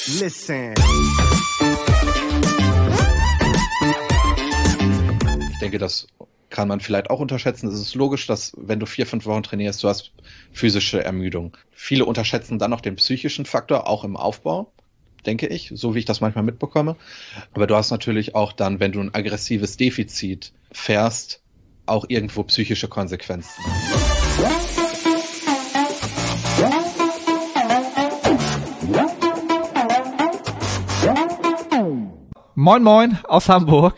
Listen. Ich denke, das kann man vielleicht auch unterschätzen. Es ist logisch, dass wenn du 4-5 Wochen trainierst, du hast physische Ermüdung. Viele unterschätzen dann noch den psychischen Faktor, auch im Aufbau, denke ich, so wie ich das manchmal mitbekomme. Aber du hast natürlich auch dann, wenn du ein aggressives Defizit fährst, auch irgendwo psychische Konsequenzen. Moin Moin aus Hamburg.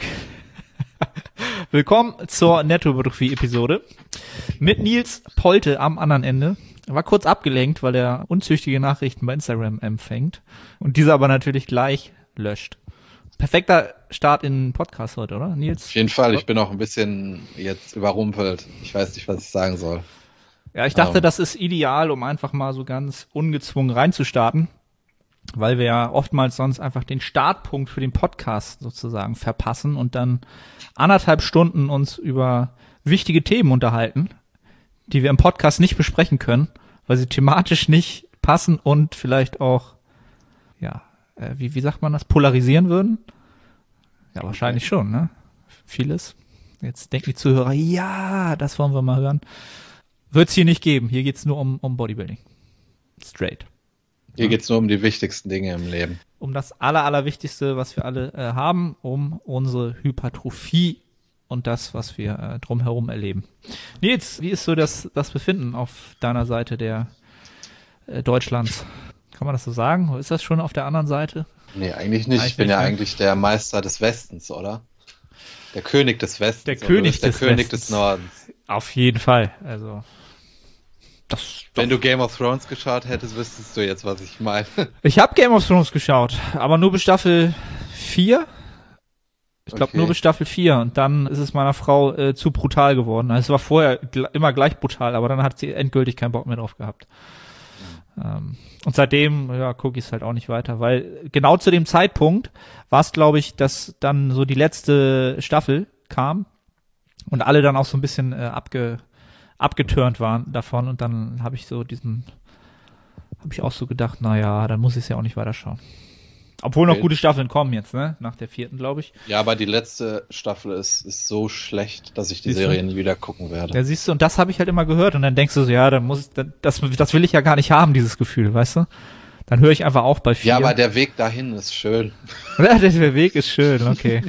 Willkommen zur Nettohypertrophie-Episode mit Nils Polte am anderen Ende. Er war kurz abgelenkt, weil er unzüchtige Nachrichten bei Instagram empfängt und diese aber natürlich gleich löscht. Perfekter Start in den Podcast heute, oder Nils? Auf jeden Fall, ich bin auch ein bisschen jetzt überrumpelt. Ich weiß nicht, was ich sagen soll. Ja, ich dachte, das ist ideal, um einfach mal so ganz ungezwungen reinzustarten, weil wir ja oftmals sonst einfach den Startpunkt für den Podcast sozusagen verpassen und dann 1,5 Stunden uns über wichtige Themen unterhalten, die wir im Podcast nicht besprechen können, weil sie thematisch nicht passen und vielleicht auch, ja, wie sagt man das, polarisieren würden? Ja, wahrscheinlich schon, ne? Vieles. Jetzt denken die Zuhörer, ja, das wollen wir mal hören. Wird's hier nicht geben. Hier geht's nur um Bodybuilding. Straight. Hier geht's nur um die wichtigsten Dinge im Leben. Um das Allerwichtigste, was wir alle haben, um unsere Hypertrophie und das, was wir drumherum erleben. Nils, wie ist so das Befinden auf deiner Seite der Deutschlands? Kann man das so sagen? Ist das schon auf der anderen Seite? Nee, eigentlich nicht. Ich bin ja eigentlich der Meister des Westens, oder? Der König des Westens. Der König des Nordens. Auf jeden Fall. Also wenn du Game of Thrones geschaut hättest, wüsstest du jetzt, was ich meine. Ich habe Game of Thrones geschaut, aber nur bis Staffel 4. Ich glaube nur bis Staffel 4 und dann ist es meiner Frau zu brutal geworden. Also es war vorher immer gleich brutal, aber dann hat sie endgültig keinen Bock mehr drauf gehabt. Und seitdem, ja, gucke ich es halt auch nicht weiter, weil genau zu dem Zeitpunkt war es, glaube ich, dass dann so die letzte Staffel kam und alle dann auch so ein bisschen abgeturnt waren davon und dann habe ich auch so gedacht, naja, dann muss ich es ja auch nicht weiterschauen. Obwohl noch gute Staffeln kommen jetzt, ne? Nach der 4., glaube ich. Ja, aber die letzte Staffel ist so schlecht, dass ich die Serie nie wieder gucken werde. Ja, siehst du, und das habe ich halt immer gehört und dann denkst du so, ja, das will ich ja gar nicht haben, dieses Gefühl, weißt du? Dann höre ich einfach auch bei 4. Ja, aber der Weg dahin ist schön. Ja, der Weg ist schön, okay.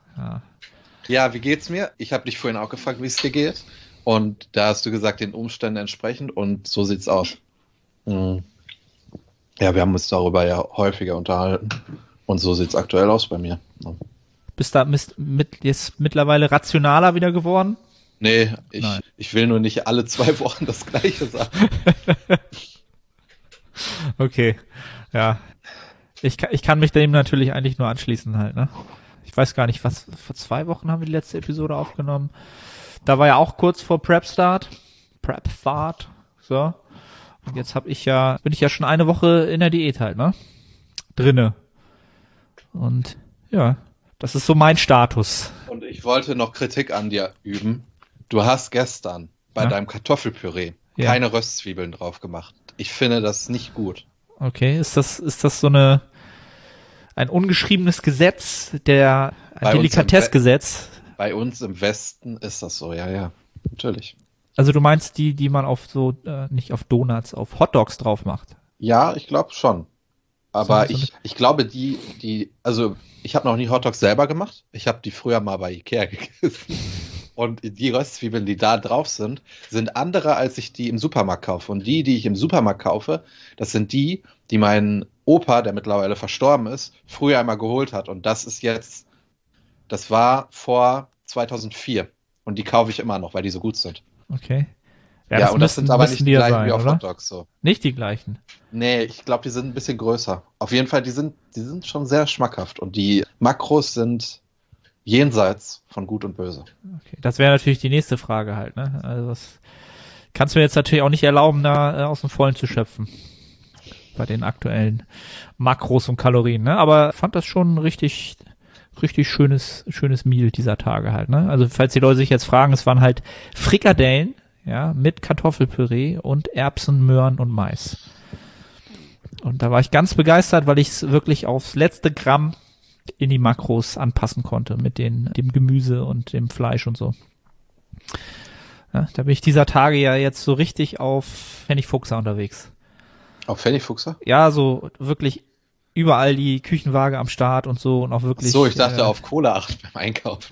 Ja, wie geht's mir? Ich habe dich vorhin auch gefragt, wie es dir geht. Und da hast du gesagt, den Umständen entsprechend und so sieht's aus. Ja, wir haben uns darüber ja häufiger unterhalten und so sieht's aktuell aus bei mir. Bist da jetzt mittlerweile rationaler wieder geworden? Nee, ich will nur nicht alle 2 Wochen das Gleiche sagen. Okay, ja. Ich kann mich dem natürlich eigentlich nur anschließen halt, ne? Ich weiß gar nicht, was, vor 2 Wochen haben wir die letzte Episode aufgenommen. Da war ja auch kurz vor Prep-Start, so. Und jetzt bin ich ja schon eine Woche in der Diät halt, ne? Drinne. Und ja, das ist so mein Status. Und ich wollte noch Kritik an dir üben. Du hast gestern bei deinem Kartoffelpüree keine Röstzwiebeln drauf gemacht. Ich finde das nicht gut. Okay, ist das so ein ungeschriebenes Gesetz, ein Delikatessgesetz? Bei uns im Westen ist das so, ja, natürlich. Also du meinst die man auf so, nicht auf Donuts, auf Hotdogs drauf macht? Ja, ich glaube schon. Aber ich glaube, also ich habe noch nie Hotdogs selber gemacht. Ich habe die früher mal bei Ikea gegessen. Und die Röstzwiebeln, die da drauf sind andere, als ich die im Supermarkt kaufe. Und die ich im Supermarkt kaufe, das sind die mein Opa, der mittlerweile verstorben ist, früher einmal geholt hat. Und das war vor 2004. Und die kaufe ich immer noch, weil die so gut sind. Okay. Ja, und das sind aber nicht die gleichen wie auf Hotdogs so. Nicht die gleichen? Nee, ich glaube, die sind ein bisschen größer. Auf jeden Fall, die sind schon sehr schmackhaft. Und die Makros sind jenseits von Gut und Böse. Okay, das wäre natürlich die nächste Frage halt, ne? Also das kannst du mir jetzt natürlich auch nicht erlauben, da aus dem Vollen zu schöpfen. Bei den aktuellen Makros und Kalorien, ne? Aber ich fand das schon richtig schönes Meal dieser Tage halt, ne? Also falls die Leute sich jetzt fragen, es waren halt Frikadellen, ja, mit Kartoffelpüree und Erbsen, Möhren und Mais. Und da war ich ganz begeistert, weil ich es wirklich aufs letzte Gramm in die Makros anpassen konnte mit dem Gemüse und dem Fleisch und so. Ja, da bin ich dieser Tage ja jetzt so richtig auf Pfennigfuchser unterwegs. Auf Pfennigfuchser? Ja, so wirklich überall die Küchenwaage am Start und so und auch wirklich. So, ich dachte auf Cola 8 beim Einkaufen.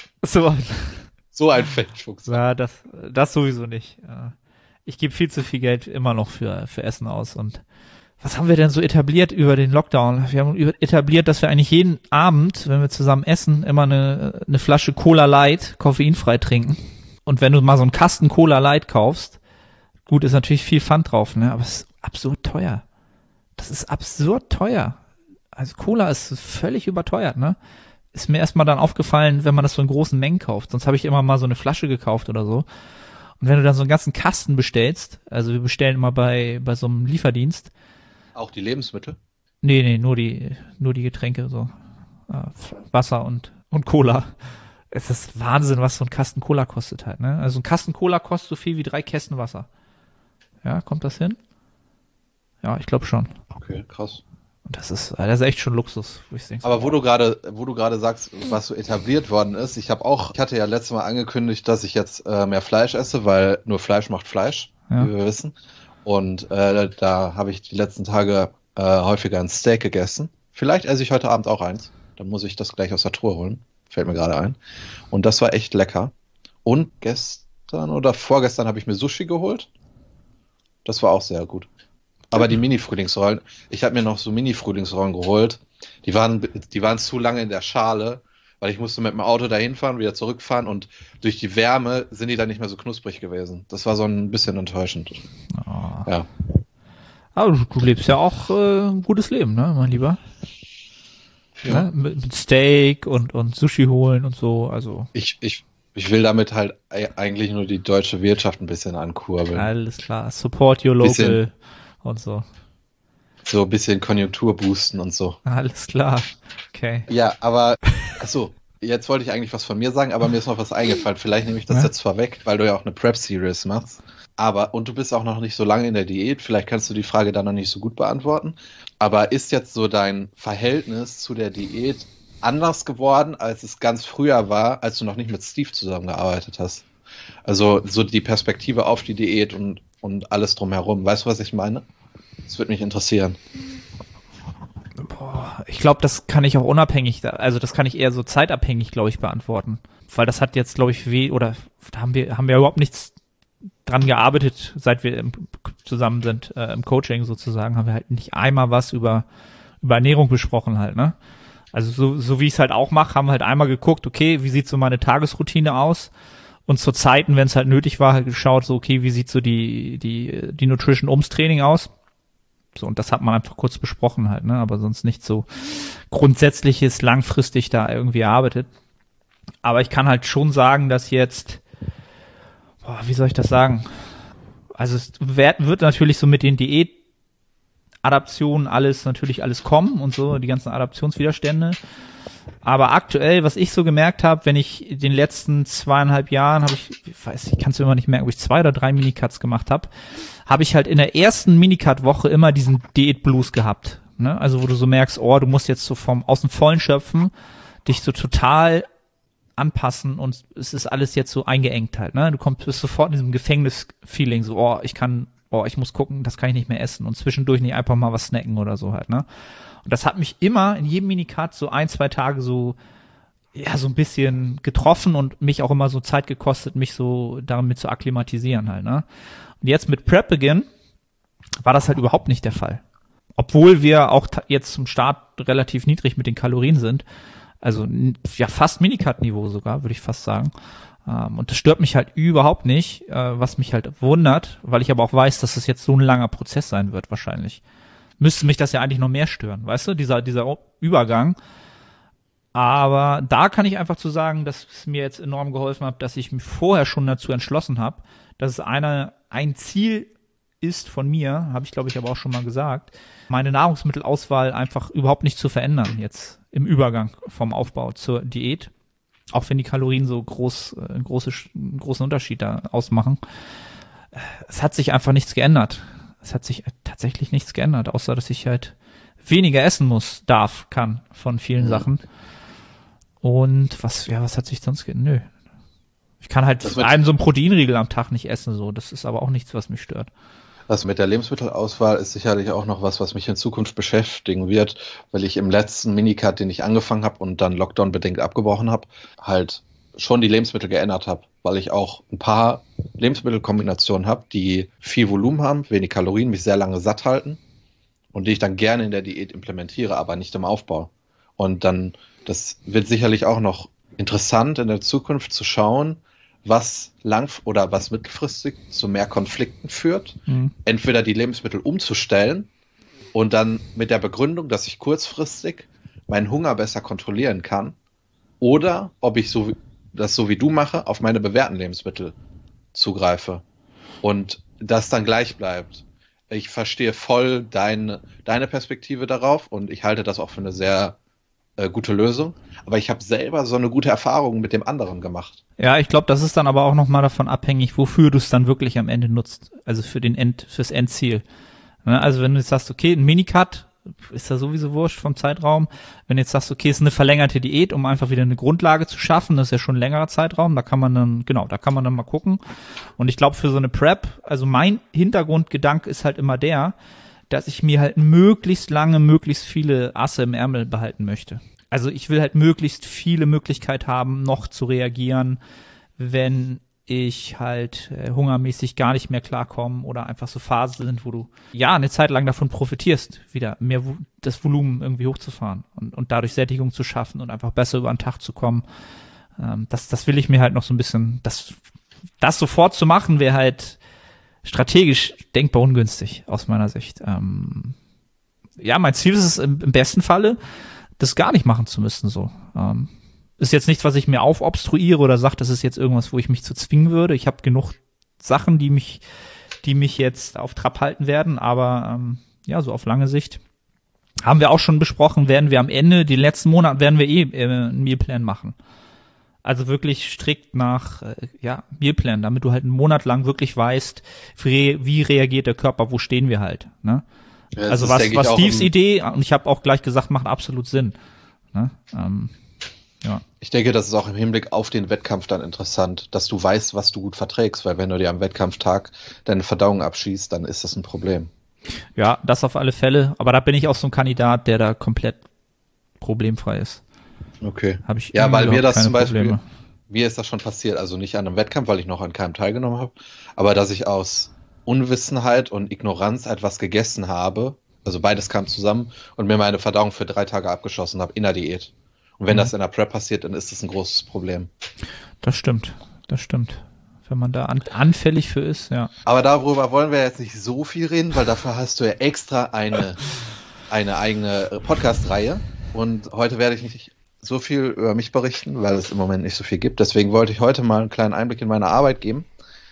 So ein Pfennigfuchser. Ja, das sowieso nicht. Ich gebe viel zu viel Geld immer noch für Essen aus. Und was haben wir denn so etabliert über den Lockdown? Wir haben etabliert, dass wir eigentlich jeden Abend, wenn wir zusammen essen, immer eine Flasche Cola Light koffeinfrei trinken. Und wenn du mal so einen Kasten Cola Light kaufst, gut, ist natürlich viel Pfand drauf, ne? Aber es ist absurd teuer. Das ist absurd teuer. Also Cola ist völlig überteuert, ne? Ist mir erstmal dann aufgefallen, wenn man das so in großen Mengen kauft. Sonst habe ich immer mal so eine Flasche gekauft oder so. Und wenn du dann so einen ganzen Kasten bestellst, also wir bestellen immer bei so einem Lieferdienst. Auch die Lebensmittel? Nee, nur die Getränke, so Wasser und Cola. Es ist Wahnsinn, was so ein Kasten Cola kostet halt, ne? Also ein Kasten Cola kostet so viel wie 3 Kästen Wasser. Ja, kommt das hin? Ja, ich glaube schon. Okay, krass. Und das ist echt schon Luxus, wo ich denke. Aber wo du gerade sagst, was so etabliert worden ist, ich hatte ja letztes Mal angekündigt, dass ich jetzt mehr Fleisch esse, weil nur Fleisch macht Fleisch, ja, wie wir wissen. Und da habe ich die letzten Tage häufiger ein Steak gegessen. Vielleicht esse ich heute Abend auch eins. Dann muss ich das gleich aus der Truhe holen. Fällt mir gerade ein. Und das war echt lecker. Und gestern oder vorgestern habe ich mir Sushi geholt. Das war auch sehr gut. Aber die Mini-Frühlingsrollen, ich habe mir noch so Mini-Frühlingsrollen geholt. Die waren zu lange in der Schale, weil ich musste mit dem Auto dahin fahren, wieder zurückfahren und durch die Wärme sind die dann nicht mehr so knusprig gewesen. Das war so ein bisschen enttäuschend. Oh. Ja. Aber du lebst ja auch ein gutes Leben, ne, mein Lieber? Ja. Ne? Mit Steak und Sushi holen und so, also. Ich will damit halt eigentlich nur die deutsche Wirtschaft ein bisschen ankurbeln. Alles klar. Support your local und so. So ein bisschen Konjunktur boosten und so. Alles klar. Okay. Ja, aber, achso, jetzt wollte ich eigentlich was von mir sagen, aber mir ist noch was eingefallen. Vielleicht nehme ich das jetzt vorweg, weil du ja auch eine Prep-Series machst. Und du bist auch noch nicht so lange in der Diät. Vielleicht kannst du die Frage dann noch nicht so gut beantworten. Aber ist jetzt so dein Verhältnis zu der Diät anders geworden, als es ganz früher war, als du noch nicht mit Steve zusammengearbeitet hast? Also so die Perspektive auf die Diät und alles drumherum. Weißt du, was ich meine? Das würde mich interessieren. Boah, ich glaube, das kann ich auch unabhängig, also das kann ich eher so zeitabhängig, glaube ich, beantworten. Weil das hat jetzt, glaube ich, da haben wir überhaupt nichts dran gearbeitet, seit wir zusammen sind, im Coaching sozusagen, haben wir halt nicht einmal was über Ernährung besprochen halt, ne? Also so wie ich es halt auch mache, haben wir halt einmal geguckt, okay, wie sieht so meine Tagesroutine aus? Und zu Zeiten, wenn es halt nötig war, halt geschaut, so okay, wie sieht so die Nutrition ums Training aus? So, und das hat man einfach kurz besprochen halt, ne? Aber sonst nicht so Grundsätzliches langfristig da irgendwie erarbeitet. Aber ich kann halt schon sagen, dass jetzt, wie soll ich das sagen? Also es wird natürlich so mit den Diätadaptionen alles kommen und so, die ganzen Adaptionswiderstände. Aber aktuell, was ich so gemerkt habe, wenn ich in den letzten 2,5 Jahren ich kann es mir immer nicht merken, ob ich 2 oder 3 Minicuts gemacht habe ich halt in der ersten Minicut-Woche immer diesen Diät-Blues gehabt. Ne? Also wo du so merkst, du musst jetzt so aus dem Vollen schöpfen, dich so total anpassen und es ist alles jetzt so eingeengt halt. Ne? Bist sofort in diesem Gefängnis-Feeling, so ich muss gucken, das kann ich nicht mehr essen und zwischendurch nicht einfach mal was snacken oder so halt, ne? Und das hat mich immer in jedem Minicut so 1-2 Tage so ein bisschen getroffen und mich auch immer so Zeit gekostet, mich so damit zu akklimatisieren halt, ne? Und jetzt mit Prep-Beginn war das halt überhaupt nicht der Fall. Obwohl wir auch jetzt zum Start relativ niedrig mit den Kalorien sind. Also ja, fast Minicut-Niveau sogar, würde ich fast sagen. Und das stört mich halt überhaupt nicht, was mich halt wundert, weil ich aber auch weiß, dass es jetzt so ein langer Prozess sein wird wahrscheinlich. Müsste mich das ja eigentlich noch mehr stören, weißt du, dieser Übergang. Aber da kann ich einfach zu sagen, dass es mir jetzt enorm geholfen hat, dass ich mich vorher schon dazu entschlossen habe, dass es ein Ziel ist von mir, habe ich glaube ich aber auch schon mal gesagt, meine Nahrungsmittelauswahl einfach überhaupt nicht zu verändern jetzt im Übergang vom Aufbau zur Diät. Auch wenn die Kalorien so einen großen Unterschied da ausmachen. Es hat sich einfach nichts geändert. es hat sich tatsächlich nichts geändert, außer dass ich halt weniger essen kann von vielen Sachen. Und was hat sich sonst geändert? Nö. Ich kann halt so einen Proteinriegel am Tag nicht essen, so. Das ist aber auch nichts, was mich stört. Das mit der Lebensmittelauswahl ist sicherlich auch noch was mich in Zukunft beschäftigen wird, weil ich im letzten Minicut, den ich angefangen habe und dann Lockdown-bedingt abgebrochen habe, halt schon die Lebensmittel geändert habe, weil ich auch ein paar Lebensmittelkombinationen habe, die viel Volumen haben, wenig Kalorien, mich sehr lange satt halten und die ich dann gerne in der Diät implementiere, aber nicht im Aufbau. Und dann, das wird sicherlich auch noch interessant in der Zukunft zu schauen, was was mittelfristig zu mehr Konflikten führt. Entweder die Lebensmittel umzustellen und dann mit der Begründung, dass ich kurzfristig meinen Hunger besser kontrollieren kann, oder ob ich so wie du mache, auf meine bewährten Lebensmittel zugreife und das dann gleich bleibt. Ich verstehe voll deine Perspektive darauf und ich halte das auch für eine sehr gute Lösung, aber ich habe selber so eine gute Erfahrung mit dem anderen gemacht. Ja, ich glaube, das ist dann aber auch nochmal davon abhängig, wofür du es dann wirklich am Ende nutzt, also fürs Endziel. Also wenn du jetzt sagst, okay, ein Minicut ist ja sowieso wurscht vom Zeitraum. Wenn du jetzt sagst, okay, ist eine verlängerte Diät, um einfach wieder eine Grundlage zu schaffen, das ist ja schon ein längerer Zeitraum, da kann man dann mal gucken. Und ich glaube, für so eine Prep, also mein Hintergrundgedanke ist halt immer der, dass ich mir halt möglichst lange, möglichst viele Asse im Ärmel behalten möchte. Also ich will halt möglichst viele Möglichkeiten haben, noch zu reagieren, wenn ich halt hungermäßig gar nicht mehr klarkomme oder einfach so Phasen sind, wo du ja eine Zeit lang davon profitierst, wieder mehr das Volumen irgendwie hochzufahren und dadurch Sättigung zu schaffen und einfach besser über den Tag zu kommen. Das will ich mir halt noch so ein bisschen, das sofort zu machen, wäre halt strategisch denkbar ungünstig aus meiner Sicht. Ja, mein Ziel ist es im besten Falle, das gar nicht machen zu müssen. So ist jetzt nichts, was ich mir aufobstruiere oder sage, das ist jetzt irgendwas, wo ich mich zu zwingen würde. Ich habe genug Sachen, die mich jetzt auf Trab halten werden, aber ja, so auf lange Sicht haben wir auch schon besprochen, werden wir am Ende, die letzten Monate, werden wir einen Mealplan machen. Also wirklich strikt nach Mealplan, damit du halt einen Monat lang wirklich weißt, wie reagiert der Körper, wo stehen wir halt. Ne? Ja, also was Steves Idee, und ich habe auch gleich gesagt, macht absolut Sinn. Ne? Ja. Ich denke, das ist auch im Hinblick auf den Wettkampf dann interessant, dass du weißt, was du gut verträgst, weil wenn du dir am Wettkampftag deine Verdauung abschießt, dann ist das ein Problem. Ja, das auf alle Fälle, aber da bin ich auch so ein Kandidat, der da komplett problemfrei ist. Okay. Ja, weil mir das zum Beispiel, mir ist das schon passiert, also nicht an einem Wettkampf, weil ich noch an keinem teilgenommen habe, aber dass ich aus Unwissenheit und Ignoranz etwas gegessen habe, also beides kam zusammen und mir meine Verdauung für 3 Tage abgeschossen habe in der Diät. Und wenn das in der Prep passiert, dann ist das ein großes Problem. Das stimmt. Wenn man da anfällig für ist, ja. Aber darüber wollen wir jetzt nicht so viel reden, weil dafür hast du ja extra eine eigene Podcast-Reihe. Und heute werde ich nicht so viel über mich berichten, weil es im Moment nicht so viel gibt. Deswegen wollte ich heute mal einen kleinen Einblick in meine Arbeit geben.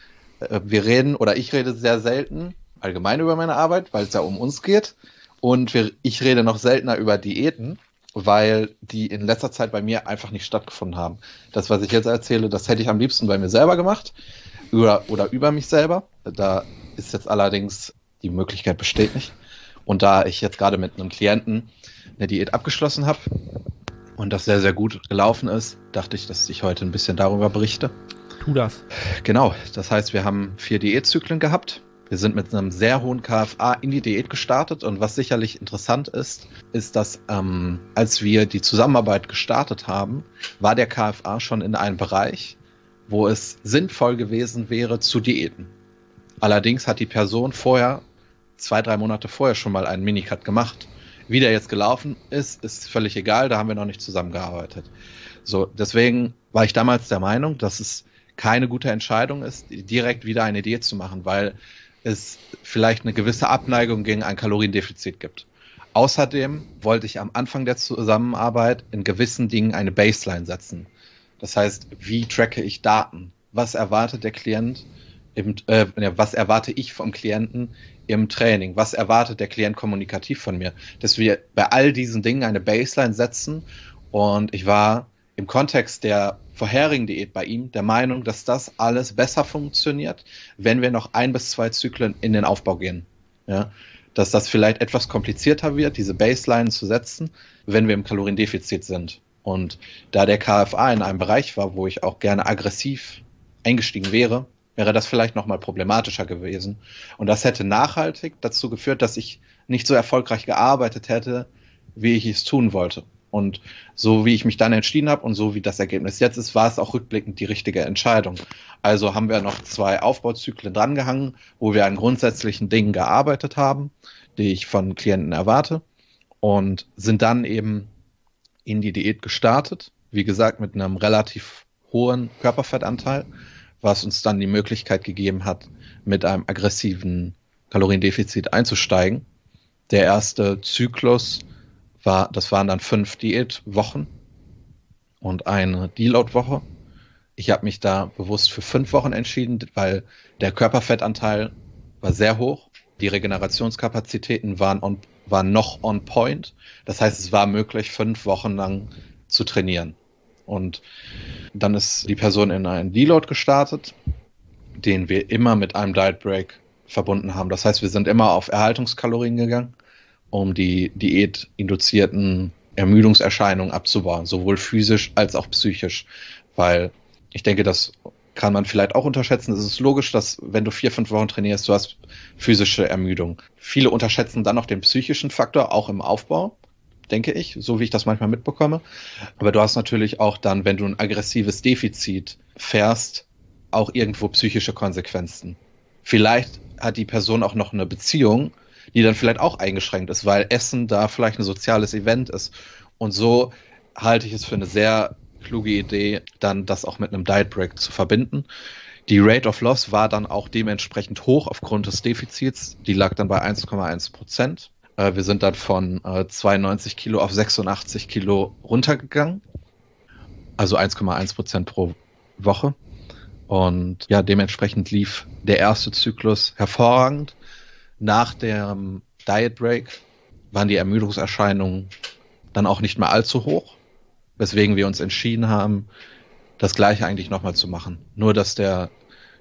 Ich rede sehr selten allgemein über meine Arbeit, weil es ja um uns geht. Und ich rede noch seltener über Diäten, weil die in letzter Zeit bei mir einfach nicht stattgefunden haben. Das, was ich jetzt erzähle, das hätte ich am liebsten bei mir selber gemacht oder über mich selber. Da ist jetzt allerdings, die Möglichkeit besteht nicht. Und da ich jetzt gerade mit einem Klienten eine Diät abgeschlossen habe und das sehr, sehr gut gelaufen ist, dachte ich, dass ich heute ein bisschen darüber berichte. Tu das. Genau, das heißt, wir haben 4 Diätzyklen gehabt. Wir sind mit einem sehr hohen KFA in die Diät gestartet und was sicherlich interessant ist, dass als wir die Zusammenarbeit gestartet haben, war der KFA schon in einem Bereich, wo es sinnvoll gewesen wäre zu diäten. Allerdings hat die Person 2-3 Monate vorher schon mal einen Minicut gemacht. Wie der jetzt gelaufen ist völlig egal, da haben wir noch nicht zusammengearbeitet. So, deswegen war ich damals der Meinung, dass es keine gute Entscheidung ist, direkt wieder eine Diät zu machen, weil es vielleicht eine gewisse Abneigung gegen ein Kaloriendefizit gibt. Außerdem wollte ich am Anfang der Zusammenarbeit in gewissen Dingen eine Baseline setzen. Das heißt, wie tracke ich Daten? Was erwartet der Klient? Was erwarte ich vom Klienten im Training? Was erwartet der Klient kommunikativ von mir? Dass wir bei all diesen Dingen eine Baseline setzen. Und ich war im Kontext der vorherigen Diät bei ihm der Meinung, dass das alles besser funktioniert, wenn wir noch 1 bis 2 Zyklen in den Aufbau gehen. ja, dass das vielleicht etwas komplizierter wird, diese Baseline zu setzen, wenn wir im Kaloriendefizit sind. Und da der KFA in einem Bereich war, wo ich auch gerne aggressiv eingestiegen wäre, wäre das vielleicht nochmal problematischer gewesen. Und das hätte nachhaltig dazu geführt, dass ich nicht so erfolgreich gearbeitet hätte, wie ich es tun wollte. Und so wie ich mich dann entschieden habe und so wie das Ergebnis jetzt ist, war es auch rückblickend die richtige Entscheidung. Also haben wir noch 2 Aufbauzyklen drangehangen, wo wir an grundsätzlichen Dingen gearbeitet haben, die ich von Klienten erwarte, und sind dann eben in die Diät gestartet. Wie gesagt, mit einem relativ hohen Körperfettanteil, was uns dann die Möglichkeit gegeben hat, mit einem aggressiven Kaloriendefizit einzusteigen. Der erste Zyklus das waren dann 5 Diätwochen und eine Deload-Woche. Ich habe mich da bewusst für 5 Wochen entschieden, weil der Körperfettanteil war sehr hoch. Die Regenerationskapazitäten waren noch on point. Das heißt, es war möglich, 5 Wochen lang zu trainieren. Und dann ist die Person in einen Deload gestartet, den wir immer mit einem Diet Break verbunden haben. Das heißt, wir sind immer auf Erhaltungskalorien gegangen, um die diätinduzierten Ermüdungserscheinungen abzubauen, sowohl physisch als auch psychisch. Weil ich denke, das kann man vielleicht auch unterschätzen. Es ist logisch, dass wenn du 4-5 Wochen trainierst, du hast physische Ermüdung. Viele unterschätzen dann noch den psychischen Faktor, auch im Aufbau, denke ich, so wie ich das manchmal mitbekomme. Aber du hast natürlich auch dann, wenn du ein aggressives Defizit fährst, auch irgendwo psychische Konsequenzen. Vielleicht hat die Person auch noch eine Beziehung, die dann vielleicht auch eingeschränkt ist, weil Essen da vielleicht ein soziales Event ist. Und so halte ich es für eine sehr kluge Idee, dann das auch mit einem Diet Break zu verbinden. Die Rate of Loss war dann auch dementsprechend hoch aufgrund des Defizits. Die lag dann bei 1,1%. Wir sind dann von 92 Kilo auf 86 Kilo runtergegangen. Also 1,1% pro Woche. Und ja, dementsprechend lief der erste Zyklus hervorragend. Nach dem Diet Break waren die Ermüdungserscheinungen dann auch nicht mehr allzu hoch, weswegen wir uns entschieden haben, das Gleiche eigentlich nochmal zu machen. Nur, dass der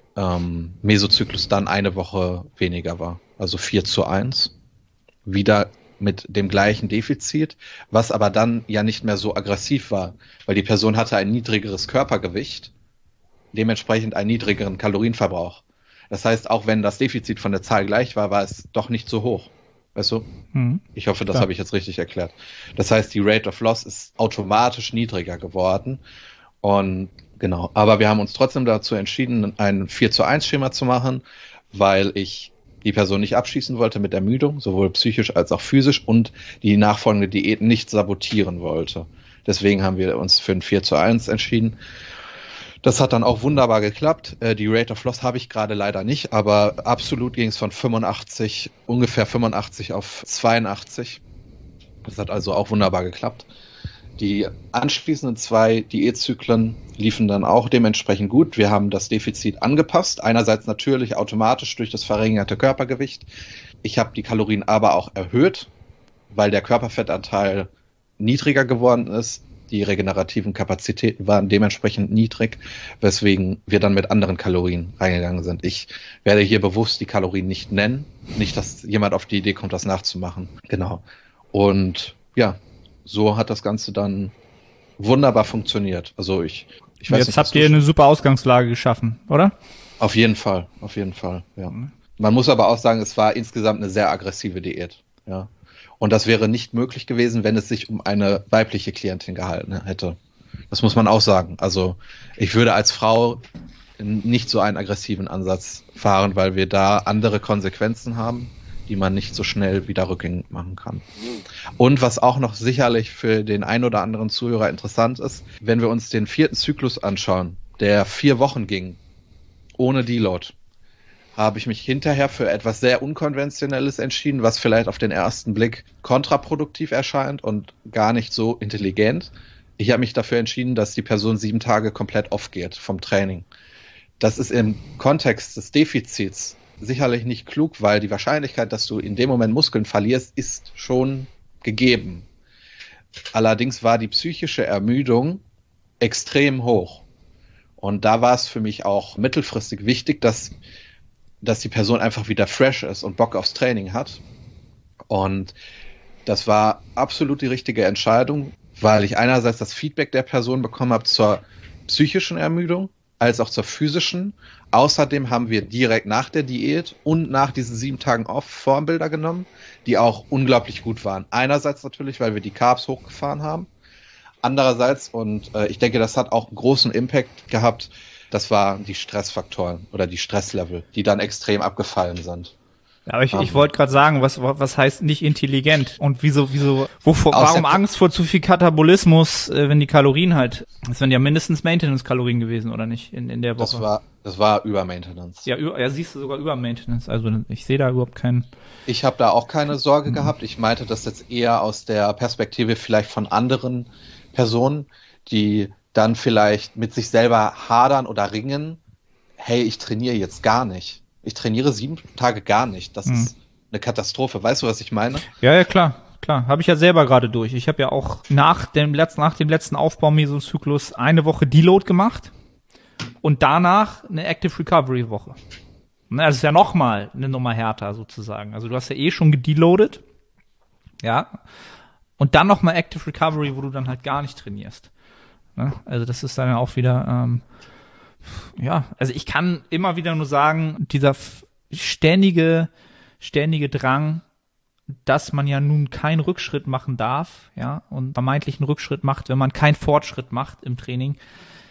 Mesozyklus dann eine Woche weniger war, also 4:1. Wieder mit dem gleichen Defizit, was aber dann ja nicht mehr so aggressiv war, weil die Person hatte ein niedrigeres Körpergewicht, dementsprechend einen niedrigeren Kalorienverbrauch. Das heißt, auch wenn das Defizit von der Zahl gleich war, war es doch nicht so hoch. Weißt du? Ich hoffe, das habe ich jetzt richtig erklärt. Das heißt, die Rate of Loss ist automatisch niedriger geworden. Und genau, aber wir haben uns trotzdem dazu entschieden, ein 4:1-Schema zu machen, weil ich die Person nicht abschießen wollte mit Ermüdung, sowohl psychisch als auch physisch, und die nachfolgende Diät nicht sabotieren wollte. Deswegen haben wir uns für ein 4:1 entschieden. Das hat dann auch wunderbar geklappt. Die Rate of Loss habe ich gerade leider nicht, aber absolut ging es von ungefähr 85 auf 82. Das hat also auch wunderbar geklappt. Die anschließenden 2 Diätzyklen liefen dann auch dementsprechend gut. Wir haben das Defizit angepasst. Einerseits natürlich automatisch durch das verringerte Körpergewicht. Ich habe die Kalorien aber auch erhöht, weil der Körperfettanteil niedriger geworden ist. Die regenerativen Kapazitäten waren dementsprechend niedrig, weswegen wir dann mit anderen Kalorien reingegangen sind. Ich werde hier bewusst die Kalorien nicht nennen. Nicht, dass jemand auf die Idee kommt, das nachzumachen. Genau. Und ja, so hat das Ganze dann wunderbar funktioniert. Also ich weiß jetzt nicht, habt ihr eine super Ausgangslage geschaffen, oder? Auf jeden Fall, ja. Man muss aber auch sagen, es war insgesamt eine sehr aggressive Diät, ja. Und das wäre nicht möglich gewesen, wenn es sich um eine weibliche Klientin gehalten hätte. Das muss man auch sagen. Also ich würde als Frau nicht so einen aggressiven Ansatz fahren, weil wir da andere Konsequenzen haben, die man nicht so schnell wieder rückgängig machen kann. Und was auch noch sicherlich für den ein oder anderen Zuhörer interessant ist, wenn wir uns den 4. Zyklus anschauen, der 4 Wochen ging, ohne Deload, habe ich mich hinterher für etwas sehr Unkonventionelles entschieden, was vielleicht auf den ersten Blick kontraproduktiv erscheint und gar nicht so intelligent. Ich habe mich dafür entschieden, dass die Person 7 Tage komplett off geht vom Training. Das ist im Kontext des Defizits sicherlich nicht klug, weil die Wahrscheinlichkeit, dass du in dem Moment Muskeln verlierst, ist schon gegeben. Allerdings war die psychische Ermüdung extrem hoch. Und da war es für mich auch mittelfristig wichtig, dass dass die Person einfach wieder fresh ist und Bock aufs Training hat. Und das war absolut die richtige Entscheidung, weil ich einerseits das Feedback der Person bekommen habe zur psychischen Ermüdung, als auch zur physischen. Außerdem haben wir direkt nach der Diät und nach diesen 7 Tagen Off Formbilder genommen, die auch unglaublich gut waren. Einerseits natürlich, weil wir die Carbs hochgefahren haben. Andererseits, und ich denke, das hat auch einen großen Impact gehabt, das waren die Stressfaktoren oder die Stresslevel, die dann extrem abgefallen sind. Aber ich wollte gerade sagen, was heißt nicht intelligent? Und warum Angst vor zu viel Katabolismus, wenn die Kalorien halt, das wären ja mindestens Maintenance-Kalorien gewesen, oder nicht, in der Woche? Das war über Maintenance. Ja, siehst du, sogar über Maintenance. Also ich sehe da überhaupt keinen. Ich habe da auch keine Sorge gehabt. Ich meinte das jetzt eher aus der Perspektive vielleicht von anderen Personen, die dann vielleicht mit sich selber hadern oder ringen. Hey, ich trainiere jetzt gar nicht. Ich trainiere 7 Tage gar nicht. Das ist eine Katastrophe. Weißt du, was ich meine? Ja, klar. Habe ich ja selber gerade durch. Ich habe ja auch nach dem letzten Aufbau-Mesozyklus eine Woche Deload gemacht und danach eine Active Recovery Woche. Das ist ja nochmal eine Nummer härter sozusagen. Also du hast ja eh schon gedeloadet. Ja. Und dann nochmal Active Recovery, wo du dann halt gar nicht trainierst. Also das ist dann ja auch wieder, also ich kann immer wieder nur sagen, dieser ständige Drang, dass man ja nun keinen Rückschritt machen darf, ja, und vermeintlichen Rückschritt macht, wenn man keinen Fortschritt macht im Training.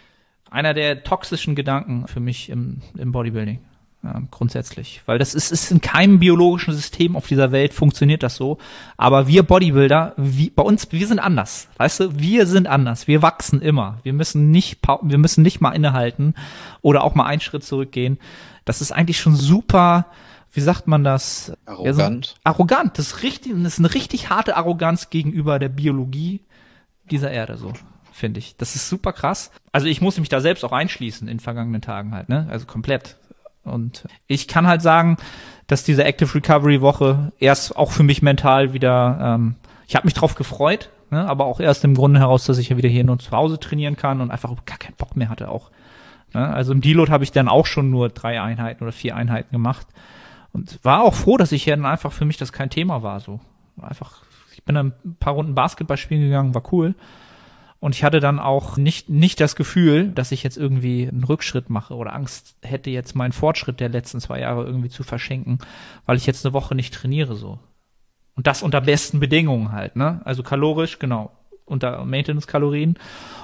Einer der toxischen Gedanken für mich im Bodybuilding, grundsätzlich. Weil das ist in keinem biologischen System auf dieser Welt funktioniert das so. Aber wir Bodybuilder, wir sind anders. Weißt du, wir sind anders. Wir wachsen immer. Wir müssen nicht mal innehalten oder auch mal einen Schritt zurückgehen. Das ist eigentlich schon super, wie sagt man das? Arrogant. Ja, arrogant. Das ist eine richtig harte Arroganz gegenüber der Biologie dieser Erde, so, finde ich. Das ist super krass. Also ich muss mich da selbst auch einschließen in vergangenen Tagen halt, ne? Also komplett. Und ich kann halt sagen, dass diese Active Recovery Woche erst auch für mich mental wieder, ich habe mich drauf gefreut, ne, aber auch erst im Grunde heraus, dass ich ja wieder hier nur zu Hause trainieren kann und einfach gar keinen Bock mehr hatte auch. Ne? Also im Deload habe ich dann auch schon nur 3 Einheiten oder 4 Einheiten gemacht und war auch froh, dass ich ja dann einfach für mich das kein Thema war. So einfach, ich bin dann ein paar Runden Basketball spielen gegangen, war cool. Und ich hatte dann auch nicht das Gefühl, dass ich jetzt irgendwie einen Rückschritt mache oder Angst hätte, jetzt meinen Fortschritt der letzten 2 Jahre irgendwie zu verschenken, weil ich jetzt eine Woche nicht trainiere, so. Und das unter besten Bedingungen halt, ne? Also kalorisch, genau, unter Maintenance-Kalorien.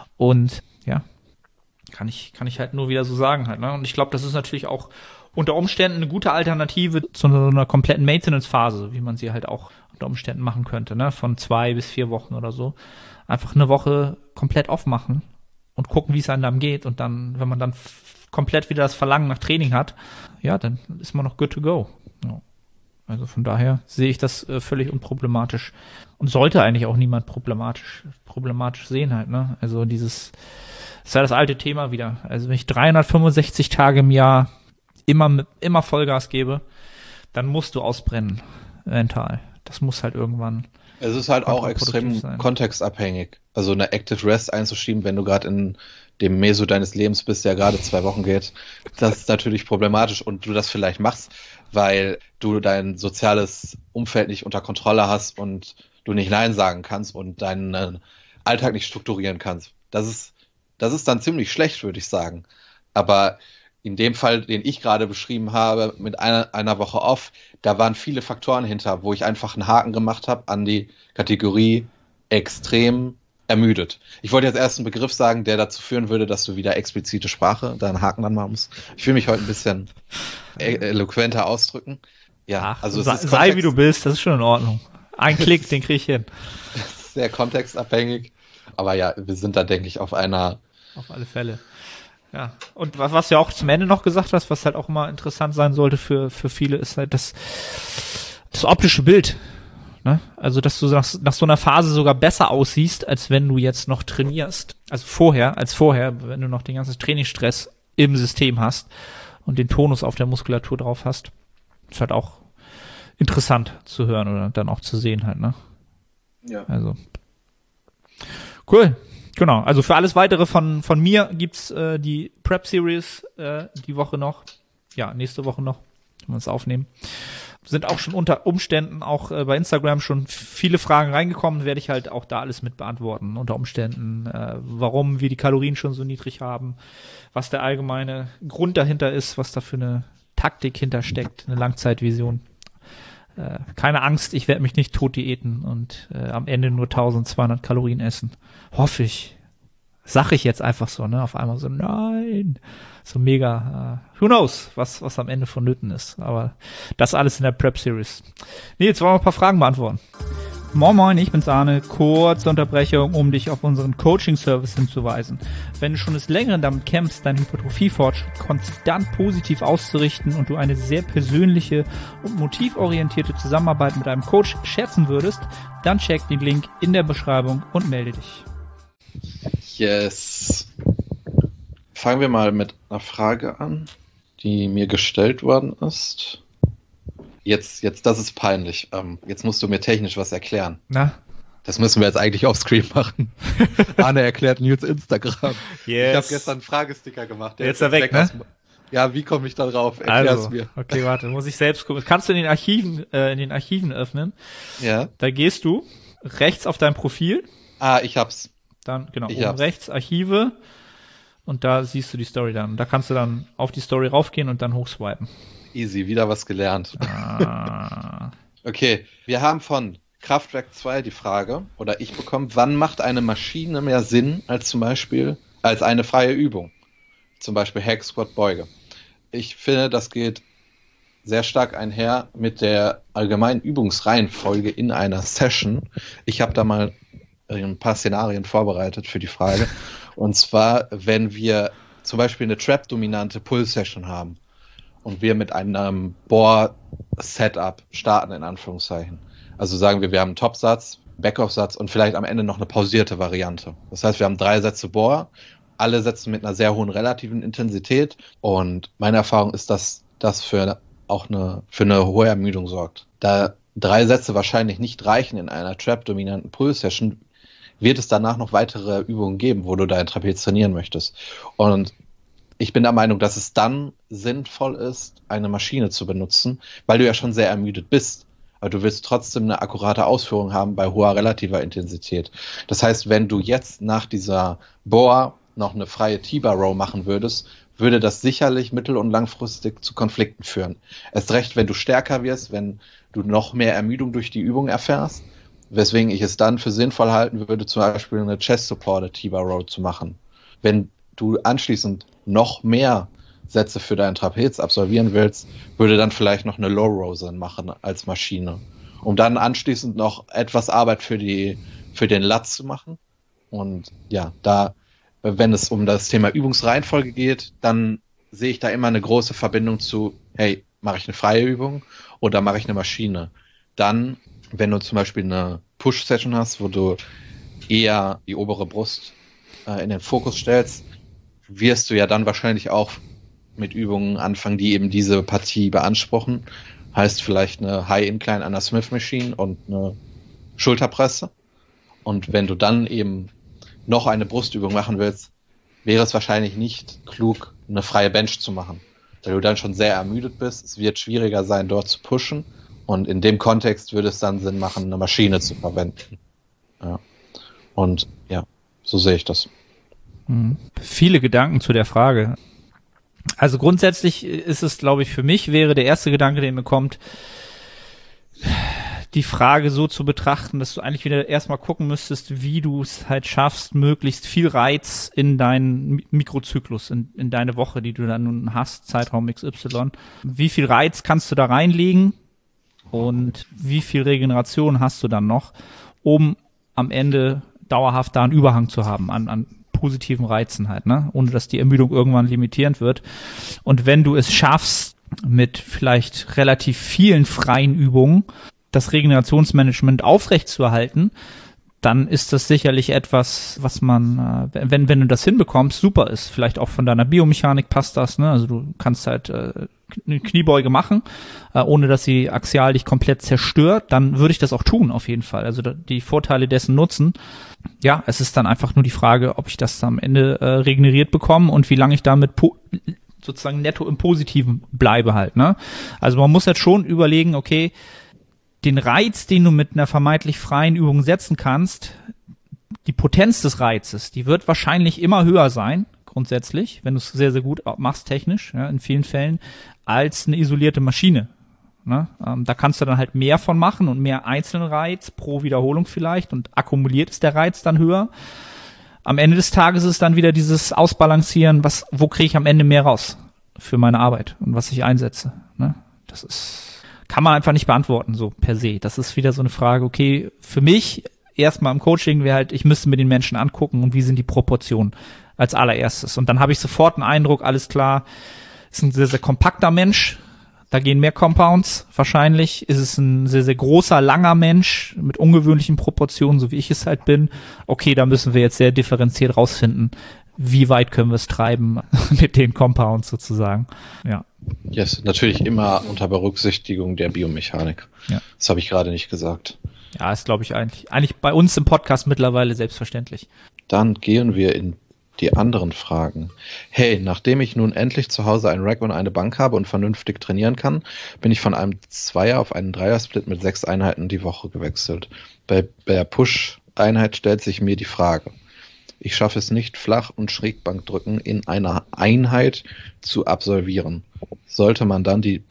Und ja, kann ich halt nur wieder so sagen halt, ne? Und ich glaube, das ist natürlich auch unter Umständen eine gute Alternative zu so einer kompletten Maintenance-Phase, wie man sie halt auch unter Umständen machen könnte, ne? Von 2 bis 4 Wochen oder so. Einfach eine Woche komplett aufmachen und gucken, wie es einem dann geht. Und dann, wenn man dann komplett wieder das Verlangen nach Training hat, ja, dann ist man noch good to go. Ja. Also von daher sehe ich das völlig unproblematisch und sollte eigentlich auch niemand problematisch sehen halt, ne? Also ist ja das alte Thema wieder. Also wenn ich 365 Tage im Jahr immer Vollgas gebe, dann musst du ausbrennen mental. Das muss halt irgendwann. Es ist halt auch extrem kontextabhängig. Also eine Active Rest einzuschieben, wenn du gerade in dem Meso deines Lebens bist, der gerade 2 Wochen geht, das ist natürlich problematisch und du das vielleicht machst, weil du dein soziales Umfeld nicht unter Kontrolle hast und du nicht Nein sagen kannst und deinen Alltag nicht strukturieren kannst. Das ist dann ziemlich schlecht, würde ich sagen. Aber in dem Fall, den ich gerade beschrieben habe, mit einer Woche off, da waren viele Faktoren hinter, wo ich einfach einen Haken gemacht habe an die Kategorie extrem ermüdet. Ich wollte jetzt erst einen Begriff sagen, der dazu führen würde, dass du wieder explizite Sprache, da einen Haken dran machen musst. Ich will mich heute ein bisschen eloquenter ausdrücken. Ja, also sei wie du bist, das ist schon in Ordnung. Ein Klick, den krieg ich hin. Sehr kontextabhängig. Aber ja, wir sind da, denke ich, auf alle Fälle. Ja, und was du ja auch zum Ende noch gesagt hast, was halt auch immer interessant sein sollte für viele, ist halt das optische Bild. Ne? Also, dass du nach so einer Phase sogar besser aussiehst, als wenn du jetzt noch trainierst. Also vorher, wenn du noch den ganzen Trainingsstress im System hast und den Tonus auf der Muskulatur drauf hast. Ist halt auch interessant zu hören oder dann auch zu sehen halt, ne? Ja. Also. Cool. Genau, also für alles Weitere von mir gibt's die Prep Series die Woche noch. Ja, nächste Woche noch. wenn wir es aufnehmen. Sind auch schon unter Umständen auch bei Instagram schon viele Fragen reingekommen, werde ich halt auch da alles mit beantworten. Unter Umständen, warum wir die Kalorien schon so niedrig haben, was der allgemeine Grund dahinter ist, was da für eine Taktik hintersteckt, eine Langzeitvision. Keine Angst, ich werde mich nicht tot diäten und am Ende nur 1200 Kalorien essen. Hoffe ich. Sag ich jetzt einfach so, ne? Auf einmal so, nein. So mega, who knows, was am Ende vonnöten ist. Aber das alles in der Prep-Series. Nee, jetzt wollen wir ein paar Fragen beantworten. Moin Moin, ich bin's Arne. Kurze Unterbrechung, um dich auf unseren Coaching-Service hinzuweisen. Wenn du schon des Längeren damit kämpfst, deinen Hypertrophie-Fortschritt konstant positiv auszurichten und du eine sehr persönliche und motivorientierte Zusammenarbeit mit einem Coach schätzen würdest, dann check den Link in der Beschreibung und melde dich. Yes. Fangen wir mal mit einer Frage an, die mir gestellt worden ist. Jetzt, das ist peinlich. Jetzt musst du mir technisch was erklären. Na? Das müssen wir jetzt eigentlich auf Screen machen. Arne erklärt Nils Instagram. Yes. Ich habe gestern einen Fragesticker gemacht. Jetzt ist er weg, ne? Ja, wie komme ich da drauf? Erklär's also, mir. Okay, warte, muss ich selbst gucken. Das kannst du in den Archiven öffnen. Ja. Da gehst du rechts auf dein Profil. Ich hab's. Dann, genau, oben rechts Archive und da siehst du die Story dann. Da kannst du dann auf die Story raufgehen und dann hochswipen. Easy, wieder was gelernt. Okay, wir haben von Kraftwerk 2 die Frage, oder ich bekomme, wann macht eine Maschine mehr Sinn als eine freie Übung? Zum Beispiel Hack, Squat, Beuge. Ich finde, das geht sehr stark einher mit der allgemeinen Übungsreihenfolge in einer Session. Ich habe da mal ein paar Szenarien vorbereitet für die Frage. Und zwar, wenn wir zum Beispiel eine Trap-dominante Pull-Session haben und wir mit einem Bohr-Setup starten, in Anführungszeichen. Also sagen wir haben einen Top-Satz, Backoff-Satz und vielleicht am Ende noch eine pausierte Variante. Das heißt, wir haben 3 Sätze Bohr, alle Sätze mit einer sehr hohen relativen Intensität und meine Erfahrung ist, dass das für eine hohe Ermüdung sorgt. Da 3 Sätze wahrscheinlich nicht reichen in einer Trap-dominanten Pull-Session, wird es danach noch weitere Übungen geben, wo du dein Trapez trainieren möchtest. Und ich bin der Meinung, dass es dann sinnvoll ist, eine Maschine zu benutzen, weil du ja schon sehr ermüdet bist. Aber du willst trotzdem eine akkurate Ausführung haben bei hoher relativer Intensität. Das heißt, wenn du jetzt nach dieser Bohr noch eine freie T-Bar Row machen würdest, würde das sicherlich mittel- und langfristig zu Konflikten führen. Erst recht, wenn du stärker wirst, wenn du noch mehr Ermüdung durch die Übung erfährst, weswegen ich es dann für sinnvoll halten würde, zum Beispiel eine Chest-Supported T-Bar Row zu machen. Wenn du anschließend noch mehr Sätze für deinen Trapez absolvieren willst, würde dann vielleicht noch eine Low Row Sinn machen als Maschine. Um dann anschließend noch etwas Arbeit für den Lat zu machen. Und ja, wenn es um das Thema Übungsreihenfolge geht, dann sehe ich da immer eine große Verbindung zu, hey, mache ich eine freie Übung oder mache ich eine Maschine? Dann, wenn du zum Beispiel eine Push-Session hast, wo du eher die obere Brust in den Fokus stellst, wirst du ja dann wahrscheinlich auch mit Übungen anfangen, die eben diese Partie beanspruchen. Heißt vielleicht eine High-Incline an der Smith Machine und eine Schulterpresse. Und wenn du dann eben noch eine Brustübung machen willst, wäre es wahrscheinlich nicht klug, eine freie Bench zu machen. Weil du dann schon sehr ermüdet bist. Es wird schwieriger sein, dort zu pushen. Und in dem Kontext würde es dann Sinn machen, eine Maschine zu verwenden. Ja. Und ja, so sehe ich das. Viele Gedanken zu der Frage. Also grundsätzlich ist es, glaube ich, für mich wäre der erste Gedanke, der mir kommt, die Frage so zu betrachten, dass du eigentlich wieder erstmal gucken müsstest, wie du es halt schaffst, möglichst viel Reiz in deinen Mikrozyklus, in deine Woche, die du dann nun hast, Zeitraum XY. Wie viel Reiz kannst du da reinlegen und wie viel Regeneration hast du dann noch, um am Ende dauerhaft da einen Überhang zu haben an positiven Reizen halt, ne? Ohne dass die Ermüdung irgendwann limitierend wird. Und wenn du es schaffst, mit vielleicht relativ vielen freien Übungen das Regenerationsmanagement aufrechtzuerhalten, dann ist das sicherlich etwas, was man, wenn du das hinbekommst, super ist. Vielleicht auch von deiner Biomechanik passt das, ne? Also du kannst halt eine Kniebeuge machen, ohne dass sie axial dich komplett zerstört, dann würde ich das auch tun, auf jeden Fall. Also die Vorteile dessen nutzen. Ja, es ist dann einfach nur die Frage, ob ich das am Ende regeneriert bekomme und wie lange ich damit sozusagen netto im Positiven bleibe halt, ne? Also man muss jetzt schon überlegen, okay, den Reiz, den du mit einer vermeintlich freien Übung setzen kannst, die Potenz des Reizes, die wird wahrscheinlich immer höher sein, grundsätzlich, wenn du es sehr, sehr gut machst technisch, ja, in vielen Fällen, als eine isolierte Maschine. Ne? Da kannst du dann halt mehr von machen und mehr einzelnen Reiz pro Wiederholung vielleicht und akkumuliert ist der Reiz dann höher. Am Ende des Tages ist es dann wieder dieses Ausbalancieren, wo kriege ich am Ende mehr raus für meine Arbeit und was ich einsetze. Ne? Kann man einfach nicht beantworten, so per se. Das ist wieder so eine Frage, okay, für mich erstmal im Coaching wäre halt, ich müsste mir den Menschen angucken und wie sind die Proportionen als allererstes. Und dann habe ich sofort einen Eindruck, alles klar, ist ein sehr, sehr kompakter Mensch, da gehen mehr Compounds wahrscheinlich. Ist es ein sehr, sehr großer, langer Mensch mit ungewöhnlichen Proportionen, so wie ich es halt bin. Okay, da müssen wir jetzt sehr differenziert rausfinden, wie weit können wir es treiben mit den Compounds sozusagen. Ja. Yes, natürlich immer unter Berücksichtigung der Biomechanik. Ja. Das habe ich gerade nicht gesagt. Ja, ist, glaube ich, eigentlich bei uns im Podcast mittlerweile selbstverständlich. Dann gehen wir in die anderen Fragen. Hey, nachdem ich nun endlich zu Hause ein Rack und eine Bank habe und vernünftig trainieren kann, bin ich von einem Zweier auf einen Dreier-Split mit 6 Einheiten die Woche gewechselt. Bei der Push-Einheit stellt sich mir die Frage. Ich schaffe es nicht, Flach- und Schrägbankdrücken in einer Einheit zu absolvieren. Sollte man dann die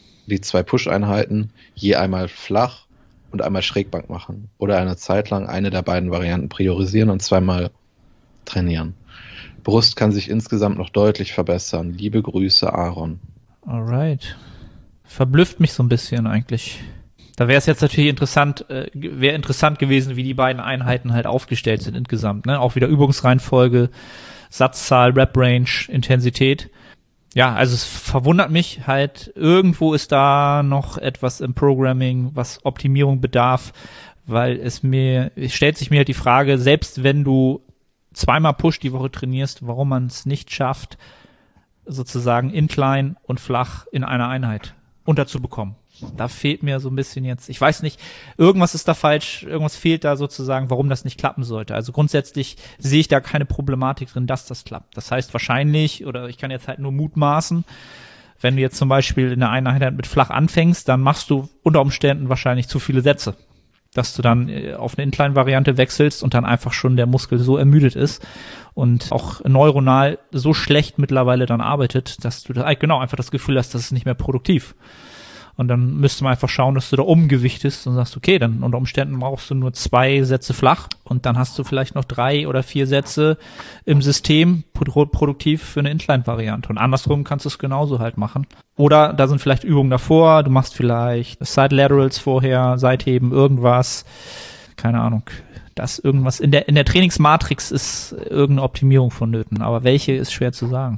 2 Push-Einheiten je einmal flach und einmal Schrägbank machen oder eine Zeit lang eine der beiden Varianten priorisieren und zweimal trainieren? Brust kann sich insgesamt noch deutlich verbessern. Liebe Grüße, Aaron. Alright. Verblüfft mich so ein bisschen eigentlich. Da wäre es jetzt natürlich interessant gewesen, wie die beiden Einheiten halt aufgestellt sind insgesamt, ne? Auch wieder Übungsreihenfolge, Satzzahl, Rep-Range, Intensität. Ja, also es verwundert mich halt, irgendwo ist da noch etwas im Programming, was Optimierung bedarf, weil es stellt sich mir halt die Frage, selbst wenn du zweimal Push die Woche trainierst, warum man es nicht schafft, sozusagen Incline und flach in einer Einheit unterzubekommen. Da fehlt mir so ein bisschen jetzt, ich weiß nicht, irgendwas ist da falsch, irgendwas fehlt da sozusagen, warum das nicht klappen sollte. Also grundsätzlich sehe ich da keine Problematik drin, dass das klappt. Das heißt wahrscheinlich, oder ich kann jetzt halt nur mutmaßen, wenn du jetzt zum Beispiel in der Einheit mit flach anfängst, dann machst du unter Umständen wahrscheinlich zu viele Sätze, dass du dann auf eine Incline-Variante wechselst und dann einfach schon der Muskel so ermüdet ist und auch neuronal so schlecht mittlerweile dann arbeitet, dass du einfach das Gefühl hast, das ist nicht mehr produktiv. Und dann müsste man einfach schauen, dass du da umgewichtest und sagst, okay, dann unter Umständen brauchst du nur 2 Sätze flach und dann hast du vielleicht noch 3 oder 4 Sätze im System produktiv für eine Incline-Variante. Und andersrum kannst du es genauso halt machen. Oder da sind vielleicht Übungen davor, du machst vielleicht Side Laterals vorher, Seitheben, irgendwas, keine Ahnung. Das irgendwas in der Trainingsmatrix ist irgendeine Optimierung vonnöten, aber welche ist schwer zu sagen.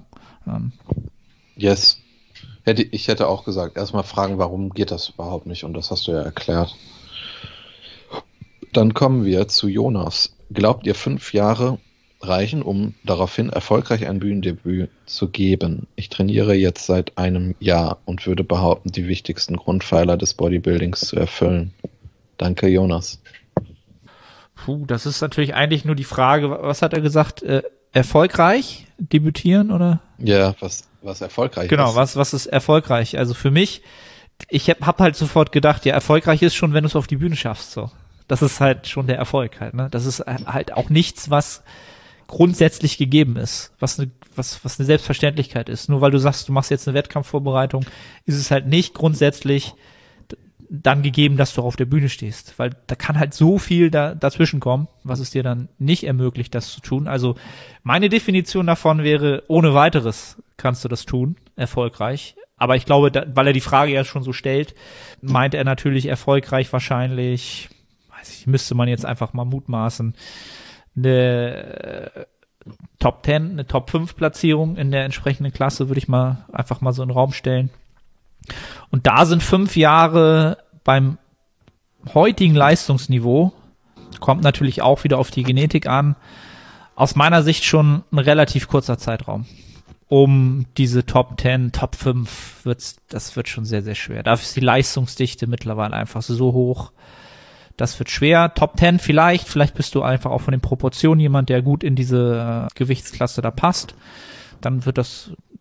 Yes. Ich hätte auch gesagt, erstmal fragen, warum geht das überhaupt nicht? Und das hast du ja erklärt. Dann kommen wir zu Jonas. Glaubt ihr 5 Jahre reichen, um daraufhin erfolgreich ein Bühnendebüt zu geben? Ich trainiere jetzt seit einem Jahr und würde behaupten, die wichtigsten Grundpfeiler des Bodybuildings zu erfüllen. Danke, Jonas. Das ist natürlich eigentlich nur die Frage, was hat er gesagt? Erfolgreich debütieren, oder? Ja, was erfolgreich ist. Genau, was ist erfolgreich? Also für mich, ich hab halt sofort gedacht, ja, erfolgreich ist schon, wenn du es auf die Bühne schaffst, so. Das ist halt schon der Erfolg halt, ne? Das ist halt auch nichts, was grundsätzlich gegeben ist, was eine Selbstverständlichkeit ist. Nur weil du sagst, du machst jetzt eine Wettkampfvorbereitung, ist es halt nicht grundsätzlich dann gegeben, dass du auf der Bühne stehst, weil da kann halt so viel dazwischen kommen, was es dir dann nicht ermöglicht, das zu tun. Also meine Definition davon wäre, ohne weiteres kannst du das tun, erfolgreich. Aber ich glaube, weil er die Frage ja schon so stellt, meint er natürlich erfolgreich wahrscheinlich, müsste man jetzt einfach mal mutmaßen, eine Top 10, eine Top 5 Platzierung in der entsprechenden Klasse würde ich mal einfach mal so in den Raum stellen. Und da sind 5 Jahre beim heutigen Leistungsniveau, kommt natürlich auch wieder auf die Genetik an, aus meiner Sicht schon ein relativ kurzer Zeitraum. Um diese Top 10, Top 5 das wird schon sehr, sehr schwer. Dafür ist die Leistungsdichte mittlerweile einfach so hoch. Das wird schwer. Top 10 vielleicht bist du einfach auch von den Proportionen jemand, der gut in diese Gewichtsklasse da passt. Dann wird das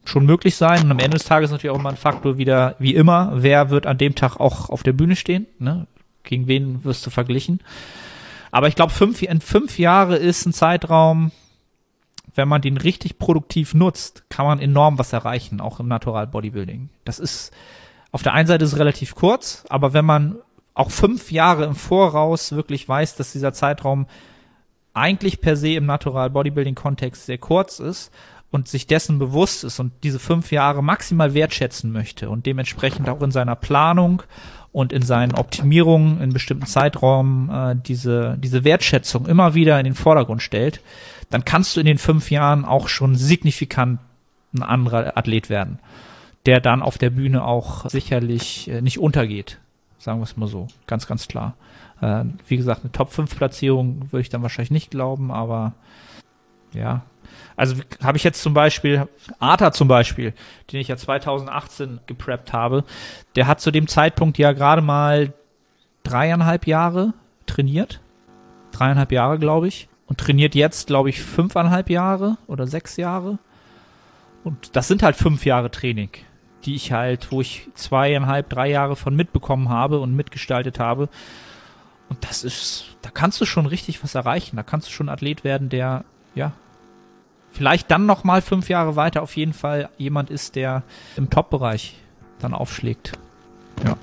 schon möglich sein. Und am Ende des Tages ist natürlich auch immer ein Faktor wieder, wie immer, wer wird an dem Tag auch auf der Bühne stehen, ne? Gegen wen wirst du verglichen? Aber ich glaube, 5 Jahre ist ein Zeitraum, wenn man den richtig produktiv nutzt, kann man enorm was erreichen, auch im Natural Bodybuilding. Das ist, auf der einen Seite ist es relativ kurz, aber wenn man auch 5 Jahre im Voraus wirklich weiß, dass dieser Zeitraum eigentlich per se im Natural Bodybuilding Kontext sehr kurz ist und sich dessen bewusst ist und diese 5 Jahre maximal wertschätzen möchte und dementsprechend auch in seiner Planung und in seinen Optimierungen in bestimmten Zeiträumen diese Wertschätzung immer wieder in den Vordergrund stellt, dann kannst du in den 5 Jahren auch schon signifikant ein anderer Athlet werden, der dann auf der Bühne auch sicherlich nicht untergeht, sagen wir es mal so, ganz, ganz klar. Wie gesagt, eine Top-5-Platzierung würde ich dann wahrscheinlich nicht glauben, aber ja. Also habe ich jetzt zum Beispiel, Arta zum Beispiel, den ich ja 2018 gepreppt habe, der hat zu dem Zeitpunkt ja gerade mal 3,5 Jahre trainiert. 3,5 Jahre, glaube ich. Und trainiert jetzt, glaube ich, 5,5 Jahre oder 6 Jahre. Und das sind halt 5 Jahre Training, die ich halt, wo ich 2,5, 3 Jahre von mitbekommen habe und mitgestaltet habe. Und das ist, da kannst du schon richtig was erreichen. Da kannst du schon ein Athlet werden, der, ja, vielleicht dann noch mal 5 Jahre weiter auf jeden Fall jemand ist, der im Top-Bereich dann aufschlägt. Ja.